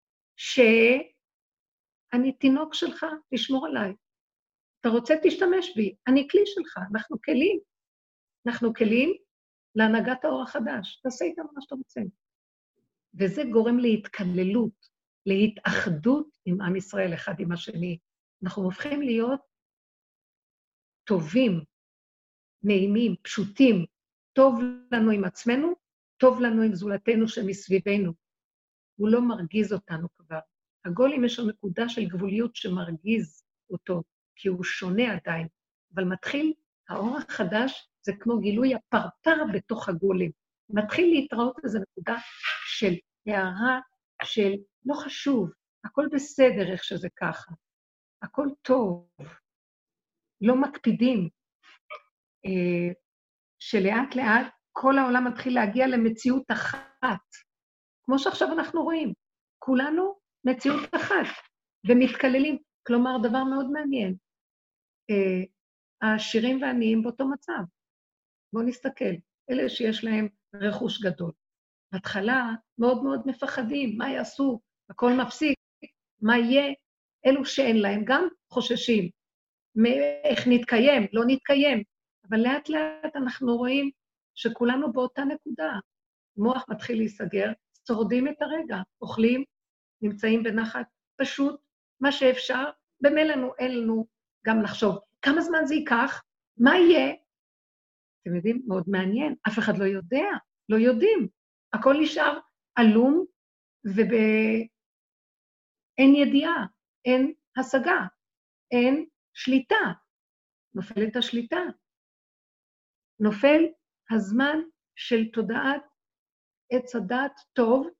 שאני תינוק שלך, תשמור עליי. אתה רוצה תשתמש בי, אני כלי שלך, אנחנו כלים. אנחנו כלים להנהגת האור החדש, תעשה איתם מה שאתה רוצה. וזה גורם להתקללות, להתאחדות עם עם ישראל אחד עם השני. אנחנו הופכים להיות טובים, נעימים, פשוטים, טוב לנו עם עצמנו, טוב לנו עם זולתנו שמסביבנו. הוא לא מרגיז אותנו כבר. הגולם יש לו נקודה של גבוליות שמרגיז אותו, כי הוא שונה עדיין, אבל מתחיל, האור החדש זה כמו גילוי הפרפר בתוך הגולם. מתחיל להתראות איזו נקודה של הערה, של לא חשוב, הכל בסדר איך שזה ככה, הכל טוב, לא מקפידים, שלאט לאט כל העולם מתחיל להגיע למציאות אחת, כמו שעכשיו אנחנו רואים, כולנו מציאות אחת, ומתקללים, כלומר דבר מאוד מעניין, העשירים והעניים באותו מצב. בואו נסתכל, אלה שיש להם רכוש גדול. בהתחלה מאוד מאוד מפחדים, מה יעשו, הכל מפסיק, מה יהיה, אלו שאין להם גם חוששים, איך נתקיים, לא נתקיים, אבל לאט לאט אנחנו רואים שכולנו באותה נקודה. מוח מתחיל להיסגר, שורדים את הרגע, אוכלים, נמצאים בנחת, פשוט מה שאפשר, במילנו אין לנו גם לחשוב, כמה זמן זה ייקח, מה יהיה? אתם יודעים, מאוד מעניין, אף אחד לא יודע, לא יודעים, הכל נשאר עלום, ובאין ידיעה, אין השגה, אין שליטה, נופלת השליטה, נופל הזמן של תודעת עץ הדעת טוב,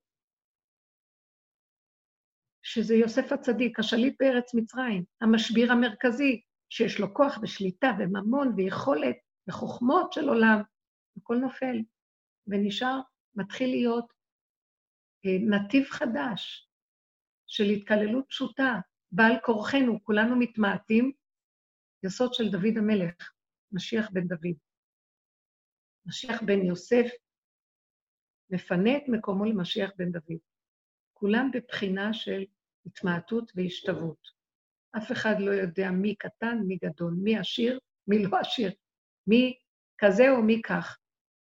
שזה יוסף הצדיק, השליט בארץ מצרים, המשביר המרכזי, שיש לו כוח ושליטה וממון ויכולת וחוכמות של עולם, הכל נופל, ונשאר, מתחיל להיות נתיב חדש, של התקללות פשוטה, בעל כורחנו, כולנו מתמעטים, יסוד של דוד המלך, משיח בן דוד. משיח בן יוסף, מפנה את מקומו למשיח בן דוד. כולם בבחינה של התמעטות והשתוות. אף אחד לא יודע מי קטן, מי גדול, מי עשיר, מי לא עשיר, מי כזה או מי כך.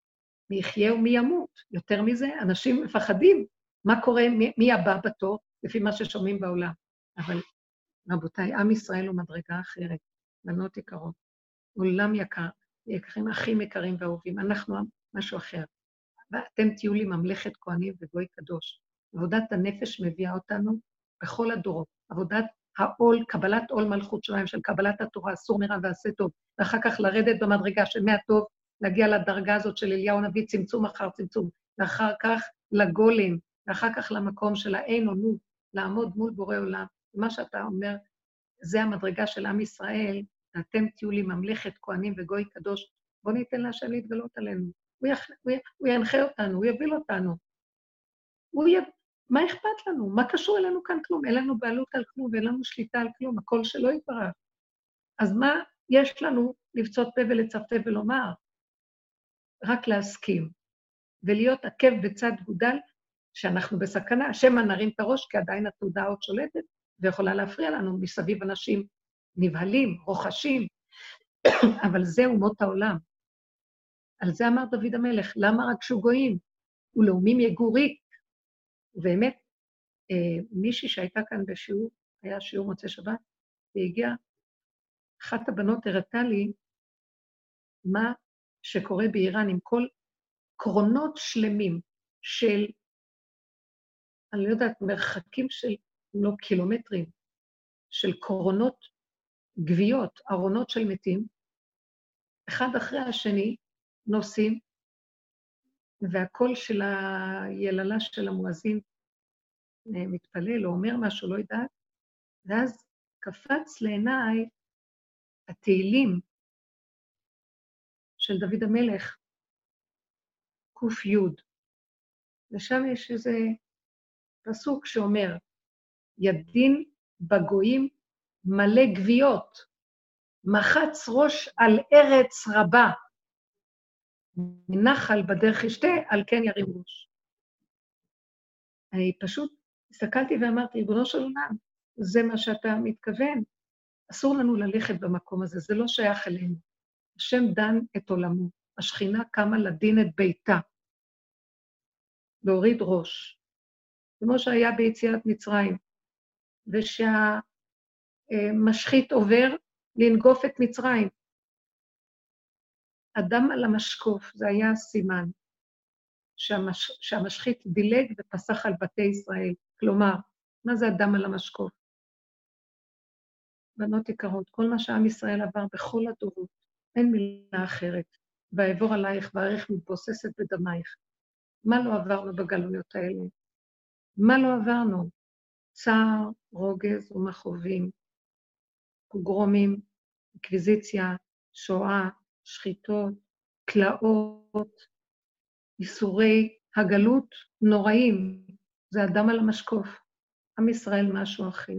מי יחיה ומי ימות. יותר מזה, אנשים מפחדים מה קורה, מי, מי הבא בתור, לפי מה ששומעים בעולם. אבל רבותיי, עם ישראל הוא מדרגה אחרת, בנות יקרות. עולם יקר, יקרים הכי יקרים ואהובים, אנחנו משהו אחר. ואתם תהיו לי ממלכת כהנים וגוי קדוש. עבודת הנפש מביאה אותנו בכל הדורות. עבודת העול, קבלת עול מלכות שלהם, של קבלת התורה, אסור מרע ועשה טוב, ואחר כך לרדת במדרגה של מהטוב, להגיע לדרגה הזאת של אליהו הנביא, צמצום אחר צמצום, ואחר כך לגולם, ואחר כך למקום של האין עונות, לעמוד מול בורא עולם. מה שאתה אומר, זה המדרגה של עם ישראל, ואתם תהיו לי ממלכת כהנים וגוי קדוש, בואו ניתן להשם להתגלות עלינו. הוא, יח... הוא, י... הוא ינחה אותנו, הוא יביל אותנו. הוא י... מה אכפת לנו? מה קשור אלינו כאן כלום? אין לנו בעלות על כלום, ואין לנו שליטה על כלום, הכל שלא יתברר. אז מה יש לנו לבצות פה ולצפצף ולומר? רק להסכים, ולהיות עקב בצד גודל, שאנחנו בסכנה, שמא נרים את הראש, כי עדיין התודעה עוד שולטת, ויכולה להפריע לנו מסביב אנשים נבהלים, רוחשים, אבל זה אומות העולם. על זה אמר דוד המלך, למה רק שהוא גויים? ולאומים יגורי. ובאמת, אה, מישהי שהייתה כאן בשיעור, היה שיעור מוצא שבת, והגיעה, אחת הבנות הראתה לי מה שקורה באיראן עם כל קרונות שלמים של, אני לא יודעת, מרחקים של לא קילומטרים, של קרונות גוויות, ארונות של מתים, אחד אחרי השני נוסעים, והקול של היללה של המואזין מתפלל, או אומר משהו, לא יודעת, ואז קפץ לעיניי התהילים של דוד המלך, קוף יוד, ושם יש איזה פסוק שאומר, ידין בגויים מלא גוויות, מחץ ראש על ארץ רבה, מנחל בדרך ישתה, על כן ירים ראש. אני פשוט הסתכלתי ואמרתי, ריבונו של עולם, זה מה שאתה מתכוון, אסור לנו ללכת במקום הזה, זה לא שייך אלינו. השם דן את עולמו, השכינה קמה לדין את ביתה, להוריד ראש, כמו שהיה ביציאת מצרים, ושהמשחית עובר לנגוף את מצרים. אדם על המשקוף, זה היה הסימן, שהמש... שהמשחית דילג ופסח על בתי ישראל. כלומר, מה זה אדם על המשקוף? בנות יקרות, כל מה שעם ישראל עבר בכל הדורות, אין מילה אחרת. ואעבור עלייך וערך מתבוססת בדמייך. מה לא עברנו בגלויות האלה? מה לא עברנו? צער, רוגז ומכאובים, פוגרומים, אינקוויזיציה, שואה, שחיתות, תלאות, ייסורי הגלות נוראים. זה אדם על המשקוף. עם ישראל משהו אחר.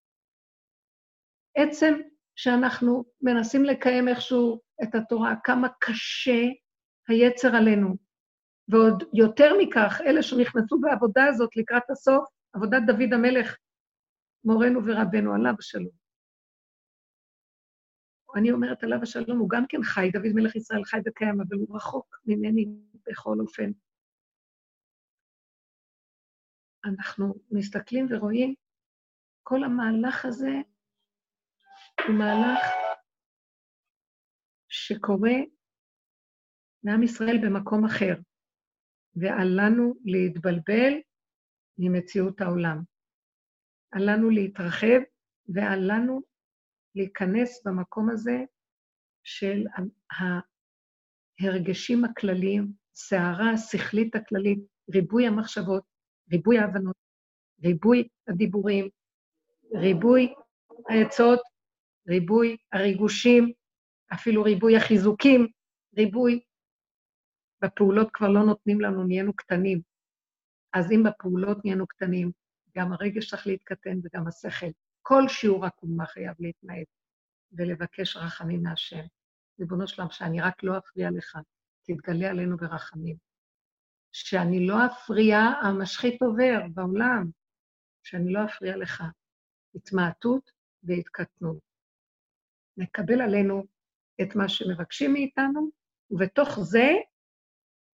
עצם שאנחנו מנסים לקיים איכשהו את התורה, כמה קשה היצר עלינו. ועוד יותר מכך, אלה שנכנסו בעבודה הזאת לקראת הסוף, עבודת דוד המלך, מורנו ורבנו, עליו השלום. אני אומרת עליו השלום, הוא גם כן חי, דוד מלך ישראל חי וקיים, אבל הוא רחוק ממני בכל אופן. אנחנו מסתכלים ורואים, כל המהלך הזה הוא מהלך שקורה מעם ישראל במקום אחר, ועל לנו להתבלבל ממציאות העולם. על לנו להתרחב, ועל לנו להיכנס במקום הזה של ההרגשים הכלליים, סערה השכלית הכללית, ריבוי המחשבות, ריבוי ההבנות, ריבוי הדיבורים, ריבוי העצות, ריבוי הריגושים, אפילו ריבוי החיזוקים, ריבוי, בפעולות כבר לא נותנים לנו, נהיינו קטנים. אז אם בפעולות נהיינו קטנים, גם הרגש צריך להתקטן וגם השכל. כל שיעור עקומה חייב להתנהג ולבקש רחמים מהשם. ריבונו שלם, שאני רק לא אפריע לך, תתגלה עלינו ברחמים. שאני לא אפריע, המשחית עובר בעולם, שאני לא אפריע לך. התמעטות והתקטנות. נקבל עלינו את מה שמבקשים מאיתנו, ובתוך זה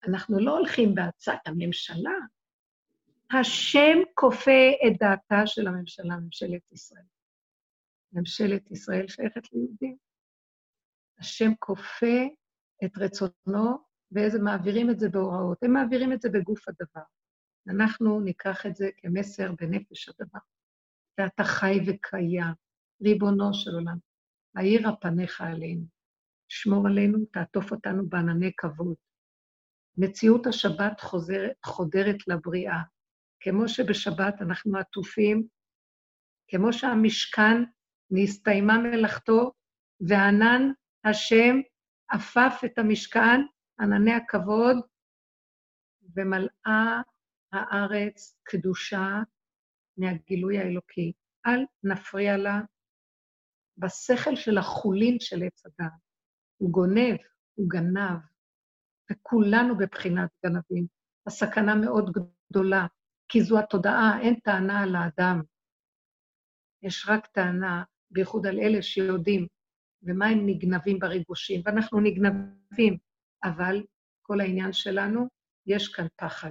אנחנו לא הולכים בהצעת הממשלה. השם כופה את דעתה של הממשלה, ממשלת ישראל. ממשלת ישראל שייכת ליהודים. השם כופה את רצונו, ואיזה מעבירים את זה בהוראות. הם מעבירים את זה בגוף הדבר. אנחנו ניקח את זה כמסר בנפש הדבר. ואתה חי וקיים, ריבונו של עולם. האירה פניך עלינו. שמור עלינו, תעטוף אותנו בענני כבוד. מציאות השבת חוזרת, חודרת לבריאה. כמו שבשבת אנחנו עטופים, כמו שהמשכן נסתיימה מלאכתו, וענן השם אפף את המשכן, ענני הכבוד, ומלאה הארץ קדושה מהגילוי האלוקי. אל נפריע לה בשכל של החולין של עץ הדעת. הוא גונב, הוא גנב, וכולנו בבחינת גנבים. הסכנה מאוד גדולה, כי זו התודעה, אין טענה על האדם. יש רק טענה, בייחוד על אלה שיודעים, ומה הם נגנבים בריגושים, ואנחנו נגנבים, אבל כל העניין שלנו, יש כאן פחד.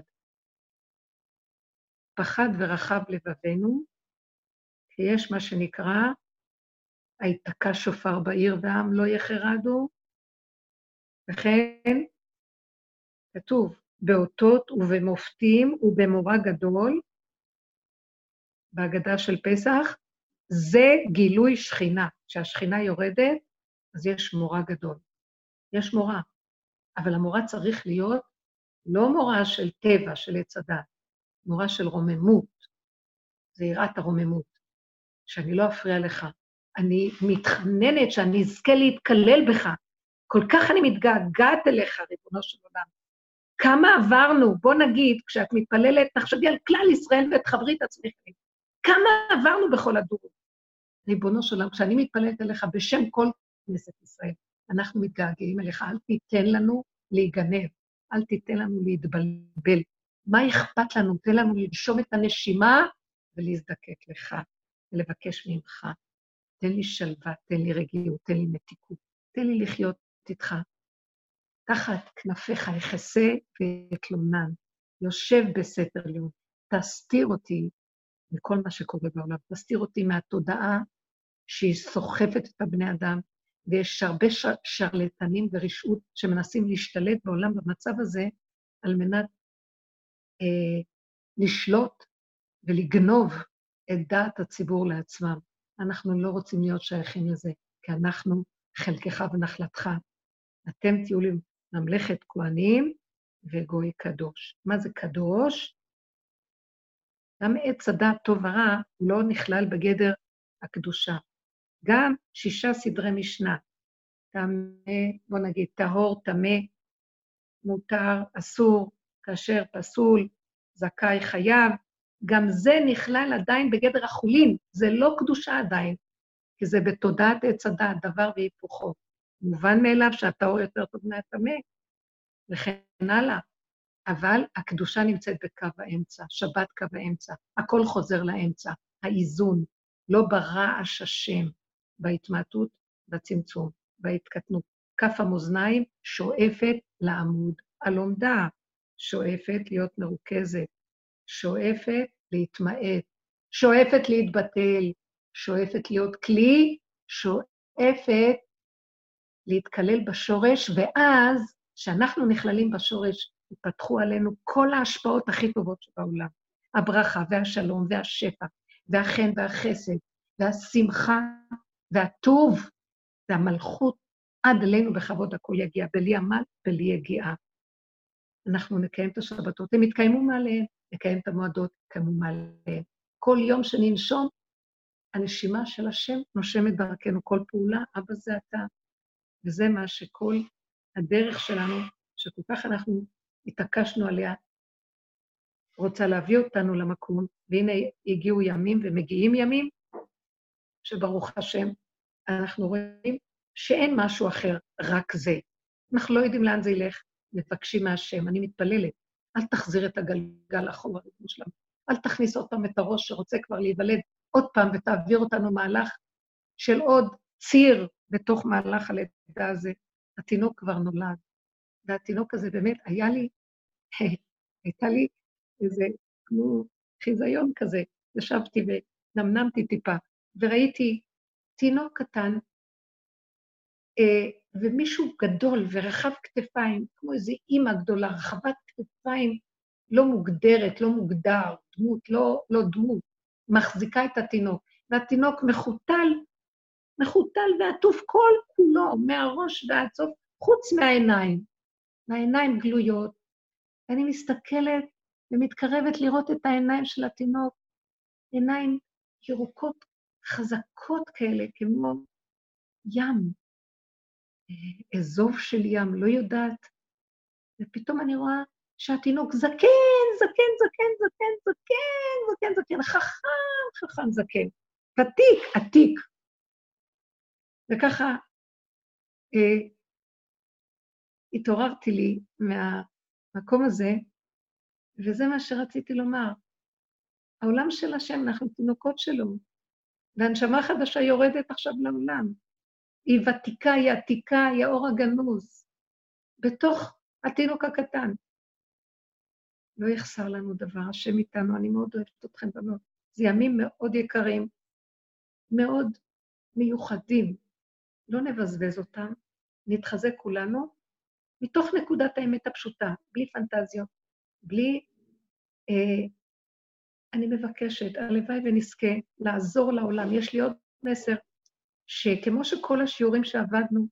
פחד ורחב לבבינו, כי יש מה שנקרא, היתקע שופר בעיר והעם לא יחרדו, וכן כתוב, באותות ובמופתים ובמורא גדול, בהגדה של פסח, זה גילוי שכינה. כשהשכינה יורדת, אז יש מורא גדול. יש מורא, אבל המורא צריך להיות לא מורא של טבע, של עץ הדת, מורא של רוממות. זה יראת הרוממות, שאני לא אפריע לך. אני מתחננת שאני אזכה להתקלל בך. כל כך אני מתגעגעת אליך, ריבונו של עולם. כמה עברנו, בוא נגיד, כשאת מתפללת, תחשבי על כלל ישראל ואת חברי את עצמך. כמה עברנו בכל הדורות. ריבונו של עולם, כשאני מתפללת אליך בשם כל כנסת ישראל, אנחנו מתגעגעים אליך, אל תיתן לנו להיגנב, אל תיתן לנו להתבלבל. מה אכפת לנו? תן לנו לנשום את הנשימה ולהזדקק לך, ולבקש ממך. תן לי שלווה, תן לי רגיעות, תן לי מתיקות, תן לי לחיות איתך. תחת כנפיך יחסה ואתלונן, יושב בסתר ליון, תסתיר אותי מכל מה שקורה בעולם, תסתיר אותי מהתודעה שהיא סוחפת את הבני אדם, ויש הרבה שרלטנים ורשעות שמנסים להשתלט בעולם במצב הזה, על מנת אה, לשלוט ולגנוב את דעת הציבור לעצמם. אנחנו לא רוצים להיות שייכים לזה, כי אנחנו חלקך ונחלתך. אתם תהיו לי ממלכת כהנים וגוי קדוש. מה זה קדוש? גם עץ הדעת טוב ורע לא נכלל בגדר הקדושה. גם שישה סדרי משנה. טמא, בוא נגיד, טהור, טמא, מותר, אסור, כשר, פסול, זכאי, חייב. גם זה נכלל עדיין בגדר החולין. זה לא קדושה עדיין, כי זה בתודעת עץ הדעת, דבר והיפוכו. מובן מאליו שהטהור יותר טוב מהטמא, וכן הלאה. אבל הקדושה נמצאת בקו האמצע, שבת קו האמצע, הכל חוזר לאמצע, האיזון, לא ברעש השם, בהתמעטות, בצמצום, בהתקטנות. כף המאזניים שואפת לעמוד הלומדה, שואפת להיות מרוכזת, שואפת להתמעט, שואפת להתבטל, שואפת להיות כלי, שואפת להתקלל בשורש, ואז שאנחנו נכללים בשורש, יפתחו עלינו כל ההשפעות הכי טובות שבעולם. הברכה והשלום והשפע, והחן והחסד, והשמחה והטוב, והמלכות עד אלינו בכבוד הכל יגיע, בלי עמל, בלי יגיעה. אנחנו נקיים את השבתות, הם יתקיימו מעליהם, נקיים את המועדות, יקיימו מעליהם. כל יום שננשום, הנשימה של השם נושמת דרכנו, כל פעולה, אבא זה אתה. וזה מה שכל הדרך שלנו, שכל כך אנחנו התעקשנו עליה, רוצה להביא אותנו למקום, והנה הגיעו ימים ומגיעים ימים, שברוך השם, אנחנו רואים שאין משהו אחר, רק זה. אנחנו לא יודעים לאן זה ילך, מבקשים מהשם, אני מתפללת, אל תחזיר את הגלגל אחורה, אל תכניס עוד פעם את הראש שרוצה כבר להיוולד עוד פעם, ותעביר אותנו מהלך של עוד ציר בתוך מהלך הלידה הזה. התינוק כבר נולד, והתינוק הזה באמת היה לי הייתה לי איזה כמו חיזיון כזה, ישבתי ונמנמתי טיפה, וראיתי תינוק קטן, ומישהו גדול ורחב כתפיים, כמו איזו אימא גדולה, רחבת כתפיים, לא מוגדרת, לא מוגדר, דמות, לא, לא דמות, מחזיקה את התינוק, והתינוק מחוטל, מחוטל ועטוף כל כולו, מהראש ועד סוף, חוץ מהעיניים, והעיניים גלויות, ואני מסתכלת ומתקרבת לראות את העיניים של התינוק, עיניים ירוקות חזקות כאלה, כמו ים, אזוב של ים, לא יודעת, ופתאום אני רואה שהתינוק זקן, זקן, זקן, זקן, זקן, זקן, זקן, חכם, חכם, זקן, עתיק, עתיק. וככה אה, התעוררתי לי מהמקום הזה, וזה מה שרציתי לומר. העולם של השם, אנחנו תינוקות שלו, והנשמה חדשה יורדת עכשיו לעולם. היא ותיקה, היא עתיקה, היא האור הגנוז, בתוך התינוק הקטן. לא יחסר לנו דבר, השם איתנו, אני מאוד אוהבת אתכם בנות. זה ימים מאוד יקרים, מאוד מיוחדים. לא נבזבז אותם, נתחזק כולנו, מתוך נקודת האמת הפשוטה, בלי פנטזיות, בלי... אה, אני מבקשת, הלוואי ונזכה לעזור לעולם. יש לי עוד מסר, שכמו שכל השיעורים שעבדנו,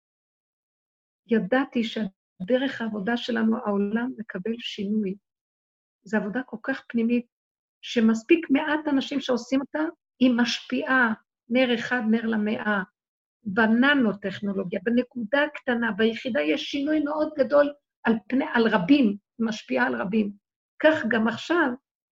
ידעתי שדרך העבודה שלנו העולם מקבל שינוי. זו עבודה כל כך פנימית, שמספיק מעט אנשים שעושים אותה, היא משפיעה נר אחד, נר למאה, בננו-טכנולוגיה, בנקודה הקטנה, ביחידה יש שינוי מאוד גדול על, פני, על רבים, משפיעה על רבים. כך גם עכשיו,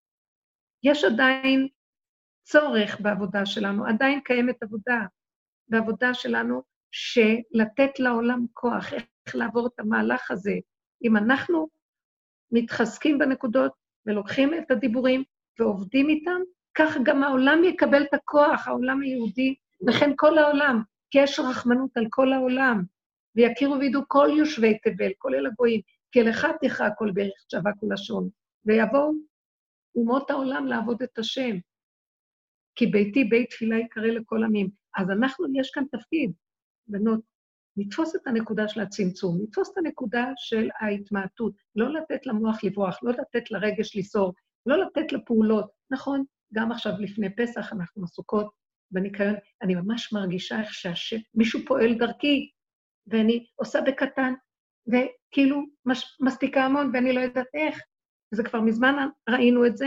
יש עדיין צורך בעבודה שלנו, עדיין קיימת עבודה, בעבודה שלנו, שלתת לעולם כוח, איך לעבור את המהלך הזה. אם אנחנו מתחזקים בנקודות, ולוקחים את הדיבורים, ועובדים איתם, כך גם העולם יקבל את הכוח, העולם היהודי, וכן כל העולם, כי יש רחמנות על כל העולם, ויכירו וידעו כל יושבי תבל, כל אל הגויים, כי לך תכרע כל ברך שווה כל לשון, ויבואו אומות העולם לעבוד את השם, כי ביתי בית תפילה יקרא לכל עמים. אז אנחנו, יש כאן תפקיד, בנות, נתפוס את הנקודה של הצמצום, נתפוס את הנקודה של ההתמעטות, לא לתת למוח לברוח, לא לתת לרגש לסור, לא לתת לפעולות. נכון, גם עכשיו לפני פסח אנחנו עסוקות בניקיון, אני ממש מרגישה איך שמישהו פועל דרכי, ואני עושה בקטן, וכאילו מש, מספיקה המון, ואני לא יודעת איך. וזה כבר מזמן ראינו את זה,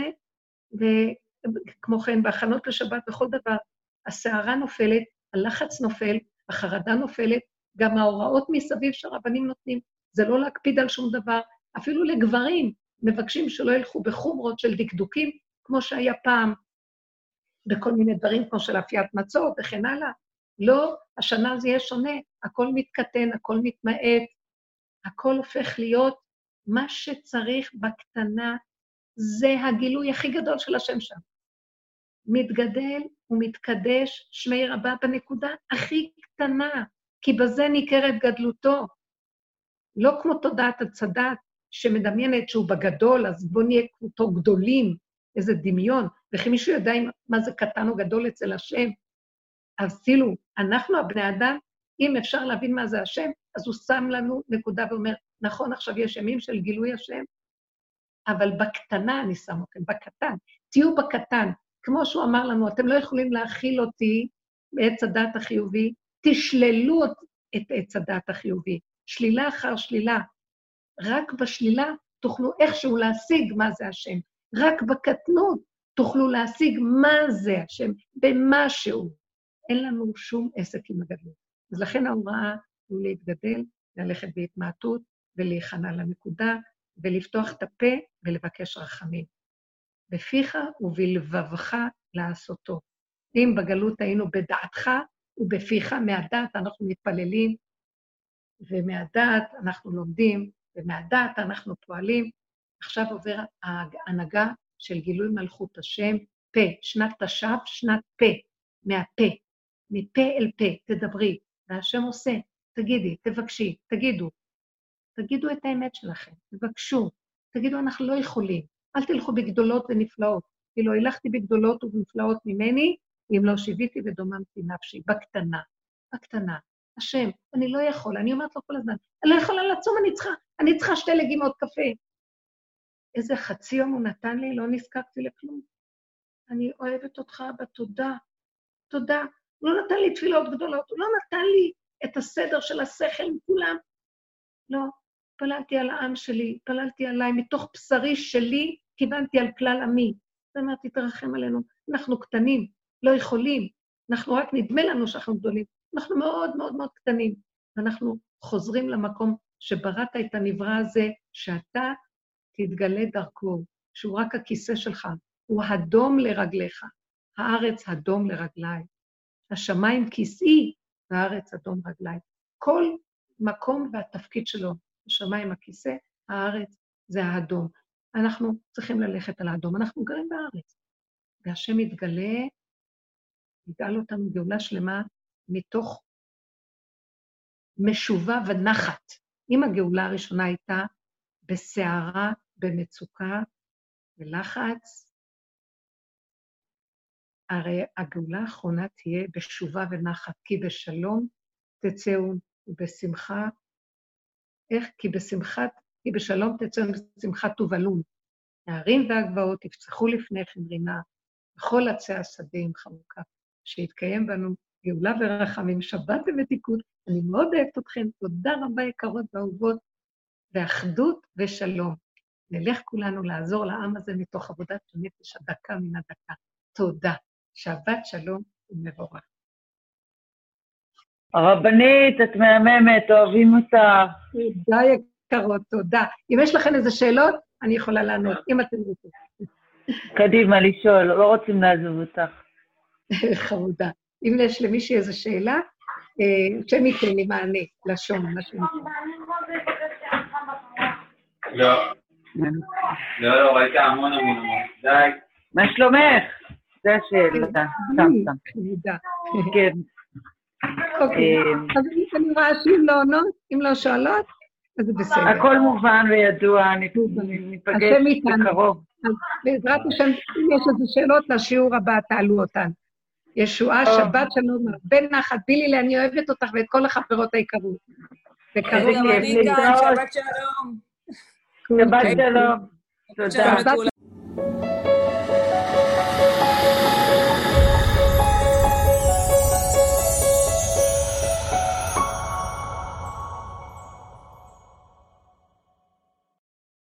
וכמו כן, בהכנות לשבת בכל דבר, השערה נופלת, הלחץ נופל, החרדה נופלת, גם ההוראות מסביב שהרבנים נותנים, זה לא להקפיד על שום דבר, אפילו לגברים מבקשים שלא ילכו בחומרות של דקדוקים, כמו שהיה פעם, בכל מיני דברים כמו של אפיית מצות וכן הלאה. לא, השנה זה יהיה שונה, הכל מתקטן, הכל מתמעט, הכל הופך להיות מה שצריך בקטנה, זה הגילוי הכי גדול של השם שם. מתגדל ומתקדש שמי רבה בנקודה הכי קטנה, כי בזה ניכרת גדלותו. לא כמו תודעת הצדת שמדמיינת שהוא בגדול, אז בוא נהיה כמותו גדולים, איזה דמיון, וכי מישהו יודע מה זה קטן או גדול אצל השם, אז כאילו, אנחנו הבני אדם, אם אפשר להבין מה זה השם, אז הוא שם לנו נקודה ואומר, נכון, עכשיו יש ימים של גילוי השם, אבל בקטנה אני שם אתכם, בקטן, תהיו בקטן, כמו שהוא אמר לנו, אתם לא יכולים להכיל אותי בעץ הדת החיובי, תשללו את עץ הדת החיובי, שלילה אחר שלילה, רק בשלילה תוכלו איכשהו להשיג מה זה השם, רק בקטנות תוכלו להשיג מה זה השם, במשהו. אין לנו שום עסק עם הגדלות. אז לכן ההוראה הוא להתגדל, ללכת בהתמעטות ולהיכנע לנקודה, ולפתוח את הפה ולבקש רחמים. בפיך ובלבבך לעשותו. אם בגלות היינו בדעתך ובפיך, מהדעת אנחנו מתפללים, ומהדעת אנחנו לומדים, ומהדעת אנחנו פועלים. עכשיו עובר ההנהגה של גילוי מלכות השם, פה, שנת תשב, שנת פה, מהפה, מפה אל פה, תדברי, והשם עושה, תגידי, תבקשי, תגידו, תגידו את האמת שלכם, תבקשו, תגידו, אנחנו לא יכולים. אל תלכו בגדולות ונפלאות. כי לא הלכתי בגדולות ובנפלאות ממני, אם לא שיוויתי ודוממתי נפשי, בקטנה, בקטנה. השם, אני לא יכול, אני אומרת לו כל הזמן, אני לא יכולה לעצום, אני צריכה, אני צריכה שתי לגימות קפה. איזה חצי יום הוא נתן לי, לא נזקקתי לכלום. אני אוהבת אותך בתודה, תודה. הוא לא נתן לי תפילות גדולות, הוא לא נתן לי את הסדר של השכל עם כולם. לא, פללתי על העם שלי, פללתי עליי, מתוך בשרי שלי, כיוונתי על כלל עמי. זאת אומרת, תתרחם עלינו, אנחנו קטנים, לא יכולים, אנחנו רק נדמה לנו שאנחנו גדולים, אנחנו מאוד מאוד מאוד קטנים, ואנחנו חוזרים למקום שבראת את הנברא הזה, שאתה תתגלה דרכו, שהוא רק הכיסא שלך, הוא הדום לרגליך, הארץ הדום לרגליי, השמיים כיסאי, והארץ אדום רגליי. כל מקום והתפקיד שלו, השמיים הכיסא, הארץ זה האדום. אנחנו צריכים ללכת על האדום, אנחנו גרים בארץ. והשם יתגלה, יגאל אותנו גאולה שלמה, מתוך משובה ונחת. אם הגאולה הראשונה הייתה בסערה, במצוקה, בלחץ, הרי הגאולה האחרונה תהיה בשובה ונחת, כי בשלום תצאו ובשמחה, איך? כי בשמחת, כי בשלום תצאו ובשמחת תובלון. הערים והגבעות יפצחו לפניכם רינה, בכל עצי השדה עם חמוקה, שיתקיים בנו גאולה ורחמים, שבת ומתיקות. אני מאוד אוהבת אתכם, תודה רבה יקרות ואהובות, ואחדות ושלום. נלך כולנו לעזור לעם הזה מתוך עבודת הנפש הדקה מן הדקה. תודה. שבת שלום ומבורך. הרבנית, את מהממת, אוהבים אותך. תודה יקרות, תודה. אם יש לכם איזה שאלות, אני יכולה לענות, אם אתם רוצים. קדימה, לשאול, לא רוצים לעזוב אותך. חמודה. אם יש למישהי איזו שאלה, שם ייתן לי מענה, לשון, מה שנקרא. לא. לא, לא, ראיתי המון המון המון. די. מה שלומך? זה השאלה. סתם, סתם. חמודה. כן. אוקיי, אז אני רואה שאם לא עונות, אם לא שואלות, אז זה בסדר. הכל מובן וידוע, ניפגש בקרוב. בעזרת השם, אם יש איזה שאלות לשיעור הבא, תעלו אותן. ישועה, שבת שלום, בן נחת, בילי, אני אוהבת אותך ואת כל החברות היקרות. בקרוב. שבת שלום. שבת שלום. תודה.